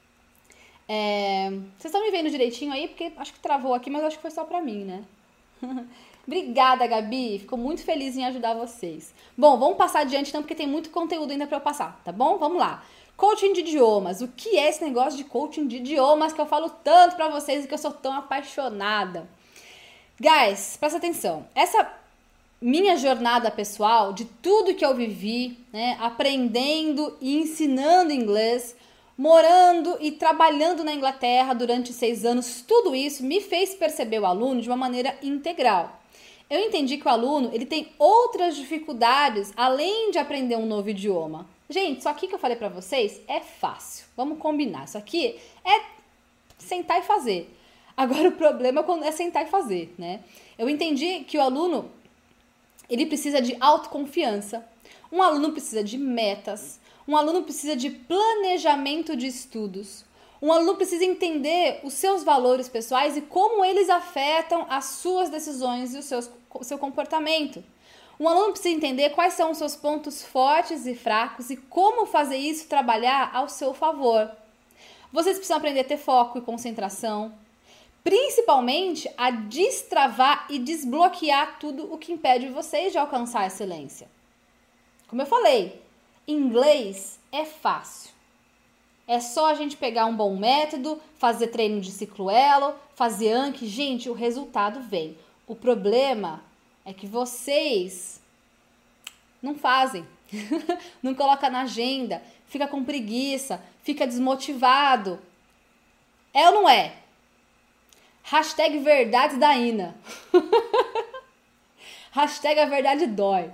É... Vocês estão me vendo direitinho aí? Porque acho que travou aqui, mas acho que foi só pra mim, né? Obrigada, Gabi. Fico muito feliz em ajudar vocês. Bom, vamos passar adiante então, porque tem muito conteúdo ainda para eu passar, tá bom? Vamos lá. Coaching de idiomas. O que é esse negócio de coaching de idiomas que eu falo tanto pra vocês e que eu sou tão apaixonada? Guys, presta atenção. Essa minha jornada pessoal, de tudo que eu vivi, né, aprendendo e ensinando inglês, morando e trabalhando na Inglaterra durante seis anos, tudo isso me fez perceber o aluno de uma maneira integral. Eu entendi que o aluno ele tem outras dificuldades além de aprender um novo idioma. Gente, isso aqui que eu falei pra vocês é fácil. Vamos combinar. Isso aqui é sentar e fazer. Agora o problema é sentar e fazer, né? Eu entendi que o aluno ele precisa de autoconfiança, um aluno precisa de metas, um aluno precisa de planejamento de estudos, um aluno precisa entender os seus valores pessoais e como eles afetam as suas decisões e o seu, o seu comportamento. Um aluno precisa entender quais são os seus pontos fortes e fracos e como fazer isso trabalhar ao seu favor. Vocês precisam aprender a ter foco e concentração, principalmente a destravar e desbloquear tudo o que impede vocês de alcançar a excelência. Como eu falei, inglês é fácil. É só a gente pegar um bom método, fazer treino de ciclo elo, fazer Anki. Gente, o resultado vem. O problema é que vocês não fazem. Não coloca na agenda, fica com preguiça, fica desmotivado. É ou não é? Hashtag verdades da Ina. Hashtag a verdade dói.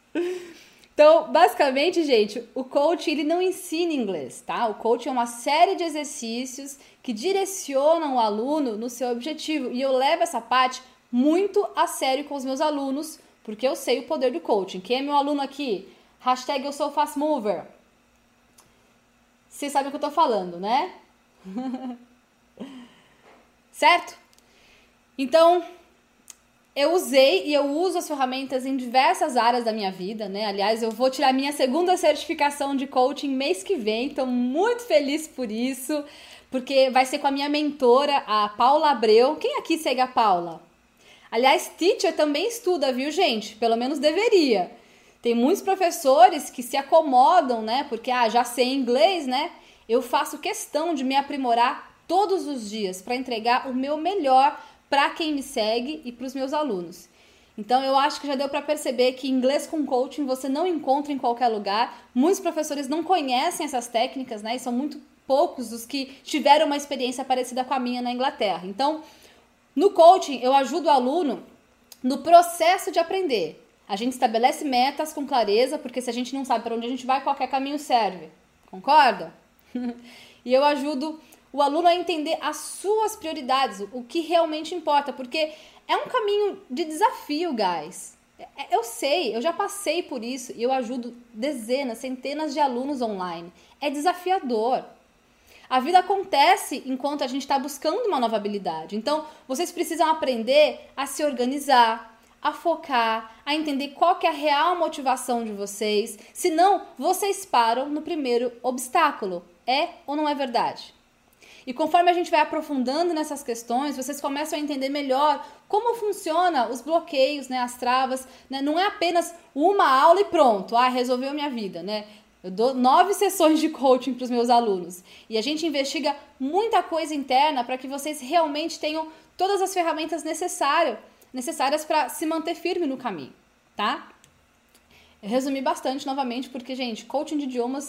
Então, basicamente, gente, o coach ele não ensina inglês, tá? O coach é uma série de exercícios que direcionam o aluno no seu objetivo. E eu levo essa parte muito a sério com os meus alunos, porque eu sei o poder do coaching. Quem é meu aluno aqui? Hashtag eu sou fast mover. Vocês sabem o que eu tô falando, né? Certo? Então, eu usei e eu uso as ferramentas em diversas áreas da minha vida, né? Aliás, eu vou tirar minha segunda certificação de coaching mês que vem. Estou muito feliz por isso, porque vai ser com a minha mentora, a Paula Abreu. Quem aqui segue a Paula? Aliás, teacher também estuda, viu, gente? Pelo menos deveria. Tem muitos professores que se acomodam, né? Porque, ah, já sei inglês, né? Eu faço questão de me aprimorar todos os dias para entregar o meu melhor para quem me segue e para os meus alunos. Então, eu acho que já deu para perceber que inglês com coaching você não encontra em qualquer lugar. Muitos professores não conhecem essas técnicas, né? E são muito poucos os que tiveram uma experiência parecida com a minha na Inglaterra. Então, no coaching, eu ajudo o aluno no processo de aprender. A gente estabelece metas com clareza, porque se a gente não sabe para onde a gente vai, qualquer caminho serve. Concorda? E eu ajudo o aluno a entender as suas prioridades, o que realmente importa, porque é um caminho de desafio, guys. Eu sei, eu já passei por isso e eu ajudo dezenas, centenas de alunos online. É desafiador. A vida acontece enquanto a gente está buscando uma nova habilidade. Então, vocês precisam aprender a se organizar, a focar, a entender qual que é a real motivação de vocês. Senão, vocês param no primeiro obstáculo. É ou não é verdade? E conforme a gente vai aprofundando nessas questões, vocês começam a entender melhor como funciona os bloqueios, né, as travas. Né? Não é apenas uma aula e pronto, ah, resolveu minha vida, né? Eu dou nove sessões de coaching para os meus alunos. E a gente investiga muita coisa interna para que vocês realmente tenham todas as ferramentas necessárias, necessárias para se manter firme no caminho, tá? Eu resumi bastante novamente porque, gente, coaching de idiomas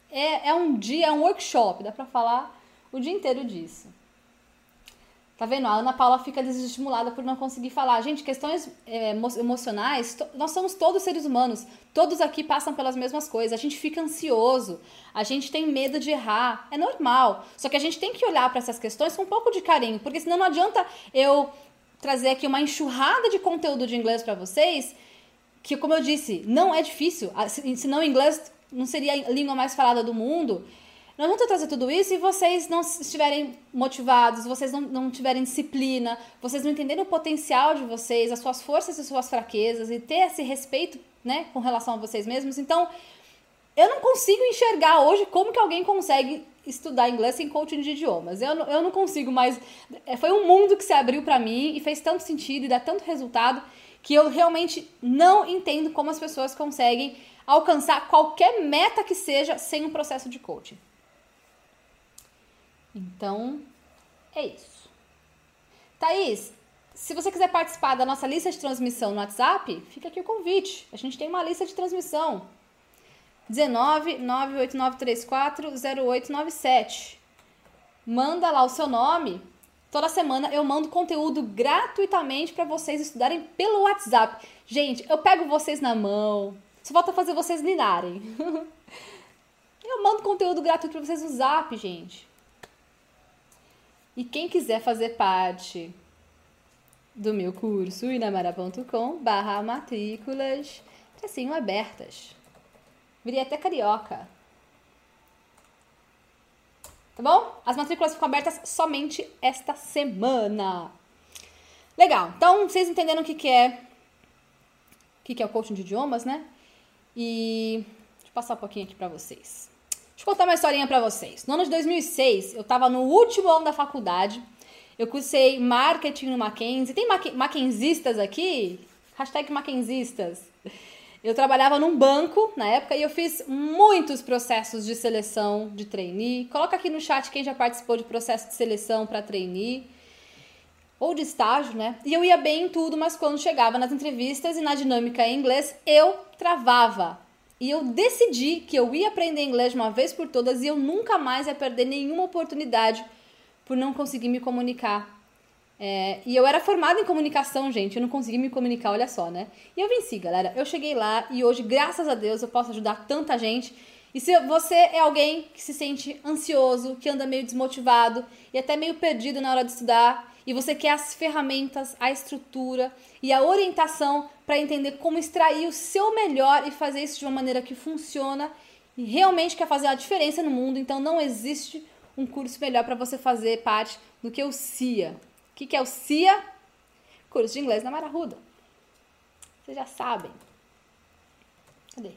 é, é um dia, é um workshop, dá pra falar o dia inteiro disso. Tá vendo? A Ana Paula fica desestimulada por não conseguir falar. Gente, questões é, emocionais, to- nós somos todos seres humanos. Todos aqui passam pelas mesmas coisas. A gente fica ansioso, a gente tem medo de errar. É normal. Só que a gente tem que olhar para essas questões com um pouco de carinho, porque senão não adianta eu trazer aqui uma enxurrada de conteúdo de inglês para vocês, que, como eu disse, não é difícil. Senão o inglês não seria a língua mais falada do mundo. Nós vamos trazer tudo isso e vocês não estiverem motivados, vocês não, não tiverem disciplina, vocês não entenderem o potencial de vocês, as suas forças e suas fraquezas e ter esse respeito, né, com relação a vocês mesmos. Então, eu não consigo enxergar hoje como que alguém consegue estudar inglês sem coaching de idiomas. Eu, eu não consigo, mas foi um mundo que se abriu pra mim e fez tanto sentido e dá tanto resultado que eu realmente não entendo como as pessoas conseguem alcançar qualquer meta que seja sem um processo de coaching. Então, é isso. Thaís, se você quiser participar da nossa lista de transmissão no WhatsApp, fica aqui o convite. A gente tem uma lista de transmissão. dezenove, nove oito nove três quatro, zero oito nove sete. Manda lá o seu nome. Toda semana eu mando conteúdo gratuitamente para vocês estudarem pelo WhatsApp. Gente, eu pego vocês na mão. Só falta fazer vocês linarem. Eu mando conteúdo gratuito para vocês no Zap, gente. E quem quiser fazer parte do meu curso, inamara ponto com barra matrículas, assim, abertas. Virei até carioca. Tá bom? As matrículas ficam abertas somente esta semana. Legal. Então, vocês entenderam o que, que é o que, que é o coaching de idiomas, né? E deixa eu passar um pouquinho aqui pra vocês. Deixa eu contar uma historinha pra vocês. No ano de dois mil e seis, eu tava no último ano da faculdade. Eu cursei marketing no Mackenzie. Tem maque- mackenzistas aqui? Hashtag mackenzistas. Eu trabalhava num banco na época e eu fiz muitos processos de seleção de trainee. Coloca aqui no chat quem já participou de processo de seleção para trainee. Ou de estágio, né? E eu ia bem em tudo, mas quando chegava nas entrevistas e na dinâmica em inglês, eu travava. E eu decidi que eu ia aprender inglês de uma vez por todas e eu nunca mais ia perder nenhuma oportunidade por não conseguir me comunicar. É, e eu era formada em comunicação, gente, eu não consegui me comunicar, olha só, né? E eu venci, galera. Eu cheguei lá e hoje, graças a Deus, eu posso ajudar tanta gente. E se você é alguém que se sente ansioso, que anda meio desmotivado e até meio perdido na hora de estudar, e você quer as ferramentas, a estrutura e a orientação para entender como extrair o seu melhor e fazer isso de uma maneira que funciona e realmente quer fazer a diferença no mundo, então não existe um curso melhor para você fazer parte do que o C I A. O que, que é o C I A? Curso de inglês na Mara Arruda. Vocês já sabem. Cadê?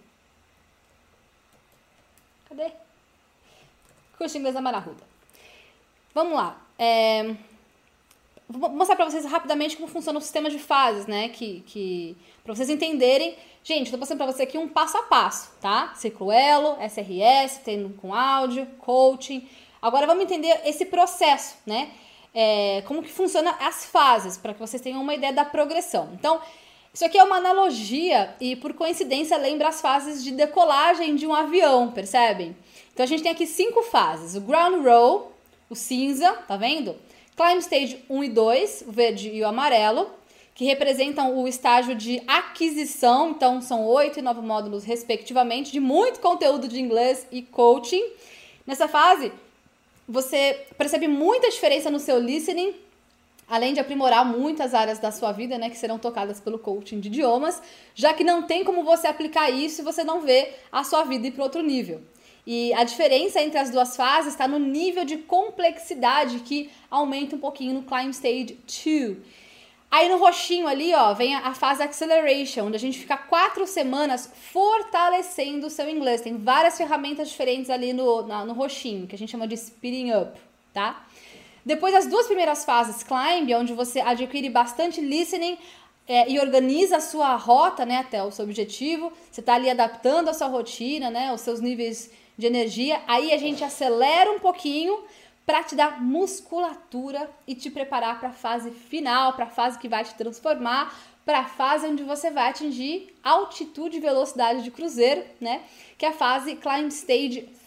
Cadê? Curso de inglês na Mara Arruda. Vamos lá. É... Vou mostrar pra vocês rapidamente como funciona o sistema de fases, né? Que, que... Pra vocês entenderem. Gente, eu tô passando pra você aqui um passo a passo, tá? Ciclo Elo, S R S, treino com áudio, coaching. Agora vamos entender esse processo, né? É, como que funciona as fases, para que vocês tenham uma ideia da progressão. Então, isso aqui é uma analogia e, por coincidência, lembra as fases de decolagem de um avião, percebem? Então, a gente tem aqui cinco fases. O ground roll, o cinza, tá vendo? Climb stage um e dois, o verde e o amarelo, que representam o estágio de aquisição. Então, são oito e nove módulos, respectivamente, de muito conteúdo de inglês e coaching. Nessa fase, você percebe muita diferença no seu listening, além de aprimorar muitas áreas da sua vida, né, que serão tocadas pelo coaching de idiomas, já que não tem como você aplicar isso se você não vê a sua vida ir para outro nível. E a diferença entre as duas fases está no nível de complexidade que aumenta um pouquinho no Climb Stage dois. Aí no roxinho ali, ó, vem a fase Acceleration, onde a gente fica quatro semanas fortalecendo o seu inglês. Tem várias ferramentas diferentes ali no, na, no roxinho, que a gente chama de Speeding Up, tá? Depois das duas primeiras fases, Climb, onde você adquire bastante listening é, e organiza a sua rota, né, até o seu objetivo. Você tá ali adaptando a sua rotina, né, os seus níveis de energia. Aí a gente acelera um pouquinho para te dar musculatura e te preparar para a fase final, para a fase que vai te transformar, para a fase onde você vai atingir altitude e velocidade de cruzeiro, né? Que é a fase Climb Stage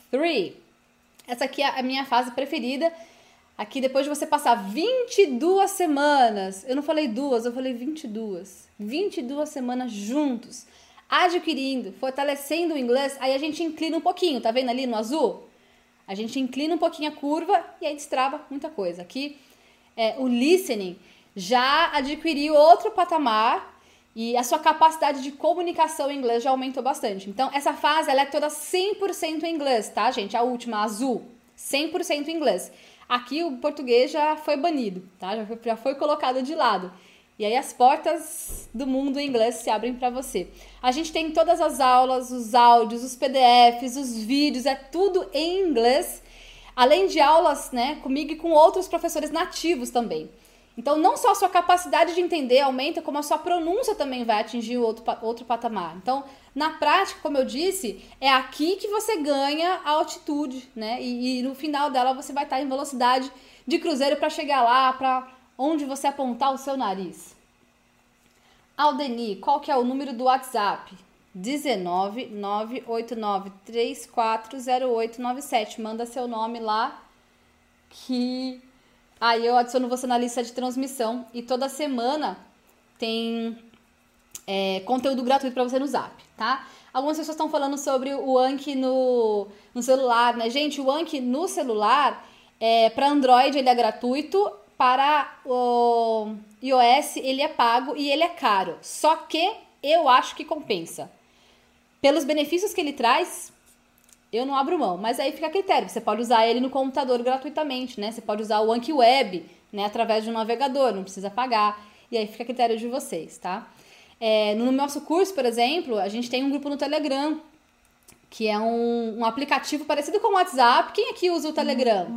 três. Essa aqui é a minha fase preferida. Aqui, depois de você passar vinte e duas semanas, eu não falei duas, eu falei vinte e duas. vinte e duas semanas juntos, adquirindo, fortalecendo o inglês, aí a gente inclina um pouquinho, tá vendo ali no azul? A gente inclina um pouquinho a curva e aí destrava muita coisa. Aqui, é, o listening já adquiriu outro patamar e a sua capacidade de comunicação em inglês já aumentou bastante. Então, essa fase, ela é toda cem por cento em inglês, tá, gente? A última, a azul, cem por cento em inglês. Aqui o português já foi banido, tá? Já foi, já foi colocado de lado. E aí as portas do mundo em inglês se abrem para você. A gente tem todas as aulas, os áudios, os P D Fs, os vídeos, é tudo em inglês. Além de aulas, né, comigo e com outros professores nativos também. Então, não só a sua capacidade de entender aumenta, como a sua pronúncia também vai atingir outro, outro patamar. Então, na prática, como eu disse, é aqui que você ganha a altitude, né? E, e no final dela você vai estar em velocidade de cruzeiro para chegar lá, para onde você apontar o seu nariz. Aldeni, qual que é o número do WhatsApp? dezenove, nove oito nove, três quatro zero oito nove sete. Manda seu nome lá que aí eu adiciono você na lista de transmissão. E toda semana tem é, conteúdo gratuito para você no Zap, tá? Algumas pessoas estão falando sobre o Anki no, no celular, né? Gente, o Anki no celular, é, para Android ele é gratuito, para o iOS ele é pago e ele é caro. Só que eu acho que compensa. Pelos benefícios que ele traz, eu não abro mão. Mas aí fica a critério. Você pode usar ele no computador gratuitamente, né? Você pode usar o Anki Web, né? Através de um navegador, não precisa pagar. E aí fica a critério de vocês, tá? É, no nosso curso, por exemplo, a gente tem um grupo no Telegram, que é um, um aplicativo parecido com o WhatsApp. Quem aqui usa o Telegram?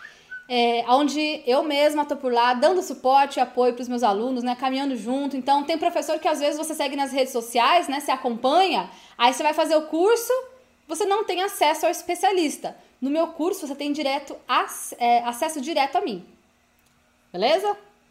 É, onde eu mesma tô por lá dando suporte e apoio para os meus alunos, né, caminhando junto. Então tem professor que às vezes você segue nas redes sociais, né, você acompanha, aí você vai fazer o curso, você não tem acesso ao especialista. No meu curso você tem direto é, acesso direto a mim, beleza?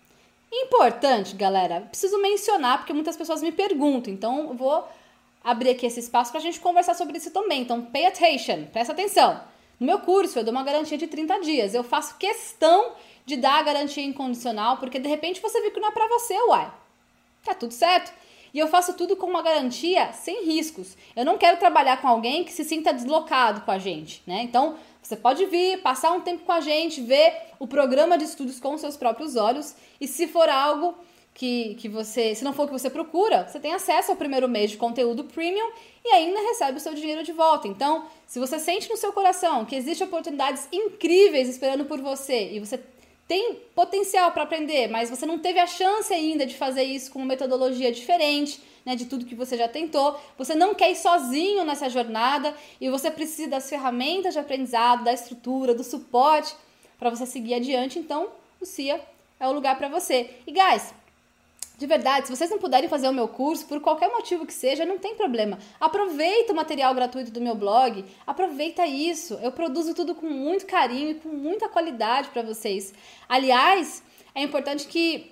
Importante, galera, preciso mencionar porque muitas pessoas me perguntam, então eu vou abrir aqui esse espaço para a gente conversar sobre isso também. Então pay attention, presta atenção. No meu curso, eu dou uma garantia de trinta dias. Eu faço questão de dar a garantia incondicional, porque de repente você viu que não é pra você, uai. Tá tudo certo. E eu faço tudo com uma garantia sem riscos. Eu não quero trabalhar com alguém que se sinta deslocado com a gente, né? Então, você pode vir, passar um tempo com a gente, ver o programa de estudos com seus próprios olhos. E se for algo que, que você, se não for o que você procura, você tem acesso ao primeiro mês de conteúdo premium e ainda recebe o seu dinheiro de volta. Então, se você sente no seu coração que existem oportunidades incríveis esperando por você e você tem potencial para aprender, mas você não teve a chance ainda de fazer isso com uma metodologia diferente, né, de tudo que você já tentou, você não quer ir sozinho nessa jornada e você precisa das ferramentas de aprendizado, da estrutura, do suporte para você seguir adiante, então o C I A é o lugar para você. E guys, de verdade, se vocês não puderem fazer o meu curso, por qualquer motivo que seja, não tem problema. Aproveita o material gratuito do meu blog, aproveita isso. Eu produzo tudo com muito carinho e com muita qualidade para vocês. Aliás, é importante que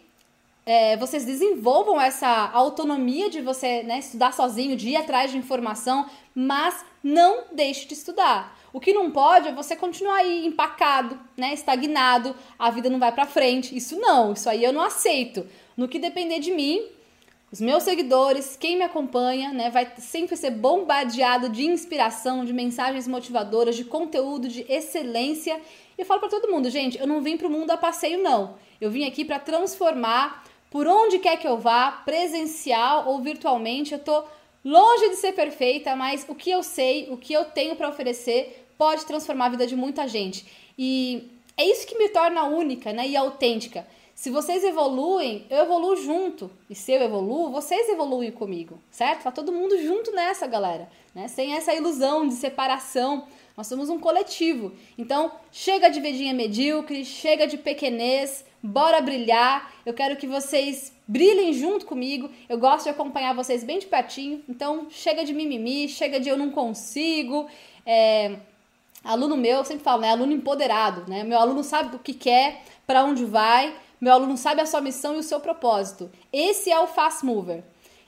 é, vocês desenvolvam essa autonomia de você, né, estudar sozinho, de ir atrás de informação, mas não deixe de estudar. O que não pode é você continuar aí empacado, né, estagnado, a vida não vai para frente. Isso não, isso aí eu não aceito. No que depender de mim, os meus seguidores, quem me acompanha, né, vai sempre ser bombardeado de inspiração, de mensagens motivadoras, de conteúdo de excelência. E eu falo para todo mundo, gente, eu não vim para o mundo a passeio, não. Eu vim aqui para transformar, por onde quer que eu vá, presencial ou virtualmente. Eu tô longe de ser perfeita, mas o que eu sei, o que eu tenho para oferecer pode transformar a vida de muita gente. E é isso que me torna única, né, e autêntica. Se vocês evoluem, eu evoluo junto. E se eu evoluo, vocês evoluem comigo, certo? Tá todo mundo junto nessa, galera, né? Sem essa ilusão de separação. Nós somos um coletivo. Então, chega de vidinha medíocre, chega de pequenez, bora brilhar. Eu quero que vocês brilhem junto comigo. Eu gosto de acompanhar vocês bem de pertinho. Então, chega de mimimi, chega de eu não consigo. É... Aluno meu, eu sempre falo, né? Aluno empoderado, né? Meu aluno sabe o que quer, para onde vai. Meu aluno sabe a sua missão e o seu propósito. Esse é o Fast Mover.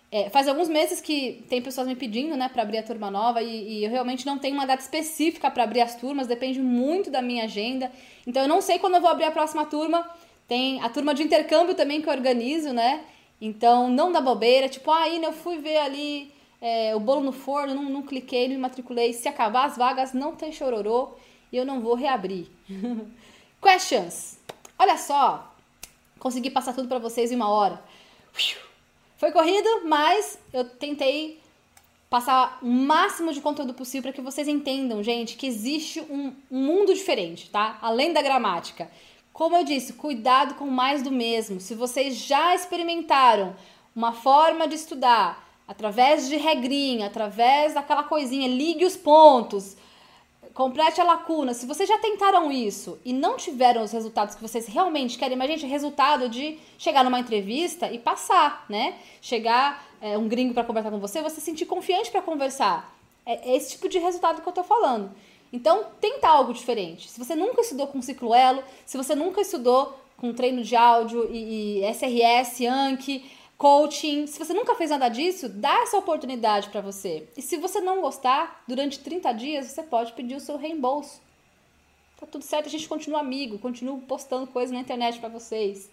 É, faz alguns meses que tem pessoas me pedindo, né, para abrir a turma nova e, e eu realmente não tenho uma data específica para abrir as turmas, depende muito da minha agenda. Então eu não sei quando eu vou abrir a próxima turma. Tem a turma de intercâmbio também que eu organizo, né? Então não dá bobeira, tipo, ah, Ina, eu fui ver ali é, o bolo no forno, não, não cliquei, não me matriculei. Se acabar as vagas, não tem chororô e eu não vou reabrir. Questions. Olha só, consegui passar tudo para vocês em uma hora. Foi corrido, mas eu tentei passar o máximo de conteúdo possível para que vocês entendam, gente, que existe um, um mundo diferente, tá? Além da gramática. Como eu disse, cuidado com mais do mesmo. Se vocês já experimentaram uma forma de estudar através de regrinha, através daquela coisinha, ligue os pontos, complete a lacuna. Se vocês já tentaram isso e não tiveram os resultados que vocês realmente querem, mas, gente, resultado de chegar numa entrevista e passar, né? Chegar é, um gringo para conversar com você, você se sentir confiante para conversar. É, é esse tipo de resultado que eu tô falando. Então, tenta algo diferente. Se você nunca estudou com ciclo elo, se você nunca estudou com treino de áudio e, e S R S, Anki, coaching, se você nunca fez nada disso, dá essa oportunidade para você. E se você não gostar, durante trinta dias, você pode pedir o seu reembolso. Tá tudo certo, a gente continua amigo, continua postando coisas na internet para vocês.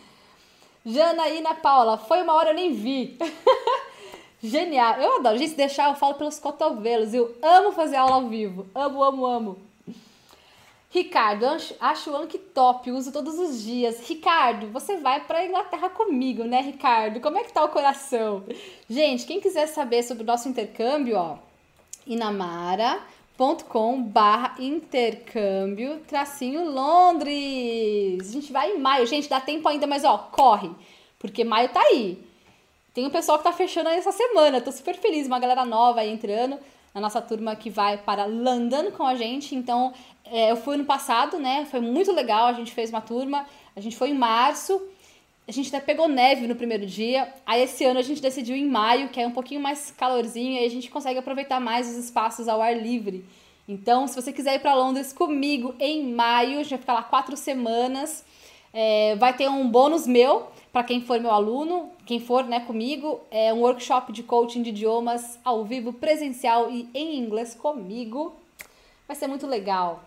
Janaína Paula, foi uma hora eu nem vi. Genial, eu adoro, gente, se deixar eu falo pelos cotovelos, eu amo fazer aula ao vivo, amo, amo, amo. Ricardo, acho o Anki top, uso todos os dias. Ricardo, você vai pra Inglaterra comigo, né, Ricardo? Como é que tá o coração? Gente, quem quiser saber sobre o nosso intercâmbio, ó, inamara ponto com barra intercâmbio tracinho Londres. A gente vai em maio, gente, dá tempo ainda, mas ó, corre, porque maio tá aí. Tem um pessoal que tá fechando aí essa semana, tô super feliz, uma galera nova aí entrando na nossa turma que vai para London com a gente. Então, é, eu fui ano passado, né, foi muito legal, a gente fez uma turma, a gente foi em março, a gente até pegou neve no primeiro dia, aí esse ano a gente decidiu em maio, que é um pouquinho mais calorzinho, e aí a gente consegue aproveitar mais os espaços ao ar livre. Então, se você quiser ir para Londres comigo em maio, a gente vai ficar lá quatro semanas, é, vai ter um bônus meu, para quem for meu aluno, quem for, né, comigo, é um workshop de coaching de idiomas ao vivo, presencial e em inglês comigo. Vai ser muito legal.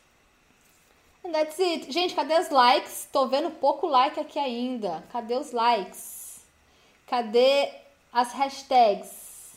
And that's it. Gente, cadê os likes? Tô vendo pouco like aqui ainda. Cadê os likes? Cadê as hashtags?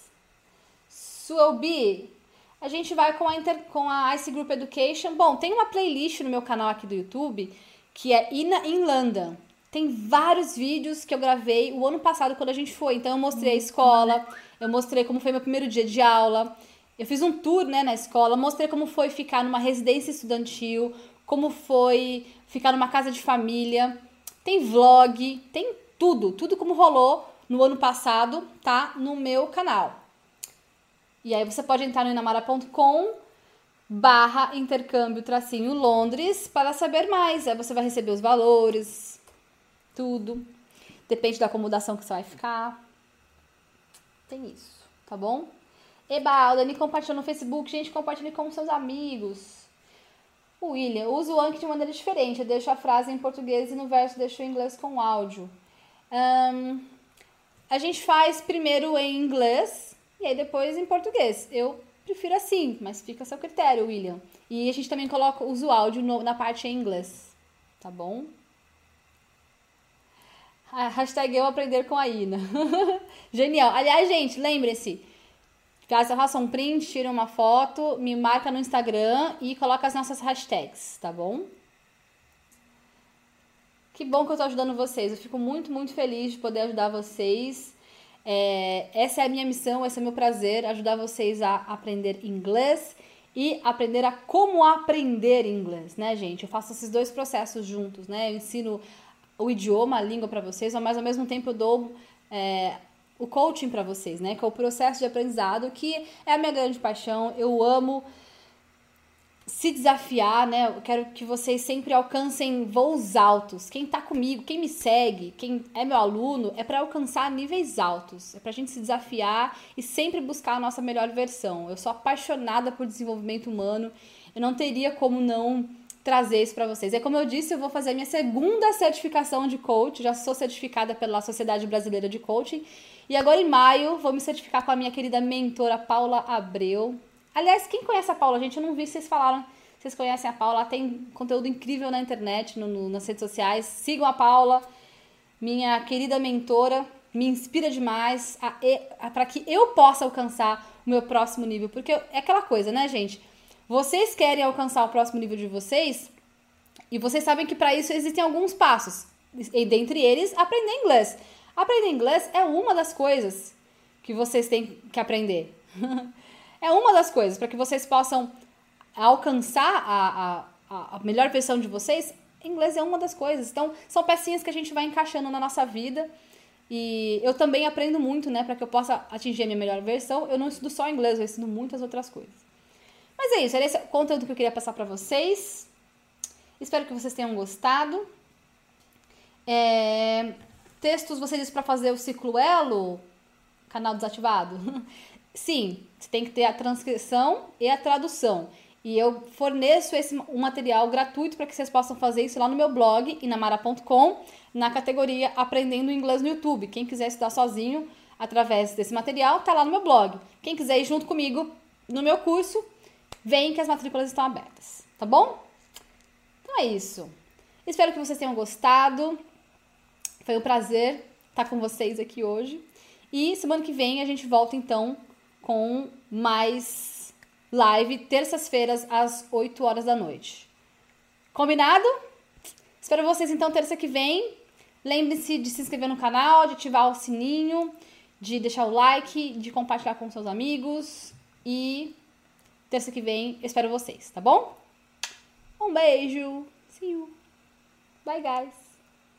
Suelbi, a gente vai com a, Inter, com a Ice Group Education. Bom, tem uma playlist no meu canal aqui do YouTube que é Ina in London. Tem vários vídeos que eu gravei o ano passado quando a gente foi. Então eu mostrei a escola, eu mostrei como foi meu primeiro dia de aula. Eu fiz um tour, né, na escola, mostrei como foi ficar numa residência estudantil, como foi ficar numa casa de família. Tem vlog, tem tudo, tudo como rolou no ano passado, tá no meu canal. E aí você pode entrar no inamara ponto com barra intercâmbio tracinho Londres para saber mais. Aí você vai receber os valores, tudo. Depende da acomodação que você vai ficar. Tem isso, tá bom? Eba, a Dani compartilhou no Facebook. Gente, compartilhe com seus amigos. O William, usa o Anki de maneira diferente. Eu deixo a frase em português e no verso deixo o inglês com áudio. Um, a gente faz primeiro em inglês e aí depois em português. Eu prefiro assim, mas fica a seu critério, William. E a gente também coloca, usa o áudio no, na parte em inglês. Tá bom? A hashtag eu aprender com a Ina. Genial. Aliás, gente, lembre-se. Caso eu faça um print, tira uma foto, me marca no Instagram e coloca as nossas hashtags, tá bom? Que bom que eu tô ajudando vocês. Eu fico muito, muito feliz de poder ajudar vocês. É, essa é a minha missão, esse é o meu prazer, ajudar vocês a aprender inglês e aprender a como aprender inglês, né, gente? Eu faço esses dois processos juntos, né? Eu ensino o idioma, a língua para vocês, mas ao mesmo tempo eu dou é, o coaching para vocês, né? Que é o processo de aprendizado, que é a minha grande paixão. Eu amo se desafiar, né? Eu quero que vocês sempre alcancem voos altos. Quem tá comigo, quem me segue, quem é meu aluno, é para alcançar níveis altos. É pra gente se desafiar e sempre buscar a nossa melhor versão. Eu sou apaixonada por desenvolvimento humano. Eu não teria como não trazer isso para vocês. É como eu disse, eu vou fazer a minha segunda certificação de coach, já sou certificada pela Sociedade Brasileira de Coaching, e agora em maio vou me certificar com a minha querida mentora Paula Abreu. Aliás, quem conhece a Paula, gente, eu não vi se vocês falaram, vocês conhecem a Paula, ela tem conteúdo incrível na internet, no, no, nas redes sociais, sigam a Paula, minha querida mentora, me inspira demais para que eu possa alcançar o meu próximo nível, porque é aquela coisa, né, gente? Vocês querem alcançar o próximo nível de vocês e vocês sabem que para isso existem alguns passos. E dentre eles, aprender inglês. Aprender inglês é uma das coisas que vocês têm que aprender. É uma das coisas para que vocês possam alcançar a, a, a melhor versão de vocês. Inglês é uma das coisas. Então, são pecinhas que a gente vai encaixando na nossa vida. E eu também aprendo muito, né? Para que eu possa atingir a minha melhor versão. Eu não estudo só inglês, eu ensino muitas outras coisas. Mas é isso, era esse o conteúdo que eu queria passar para vocês. Espero que vocês tenham gostado. É... Textos, você disse para fazer o ciclo Elo, canal desativado? Sim, você tem que ter a transcrição e a tradução. E eu forneço esse, um material gratuito para que vocês possam fazer isso lá no meu blog, inamara ponto com, na categoria Aprendendo Inglês no YouTube. Quem quiser estudar sozinho através desse material, tá lá no meu blog. Quem quiser ir junto comigo no meu curso, vem que as matrículas estão abertas, tá bom? Então é isso. Espero que vocês tenham gostado. Foi um prazer estar com vocês aqui hoje. E semana que vem a gente volta então com mais live, terças-feiras às oito horas da noite. Combinado? Espero vocês então terça que vem. Lembre-se de se inscrever no canal, de ativar o sininho, de deixar o like, de compartilhar com seus amigos e terça que vem, espero vocês, tá bom? Um beijo. See you. Bye, guys.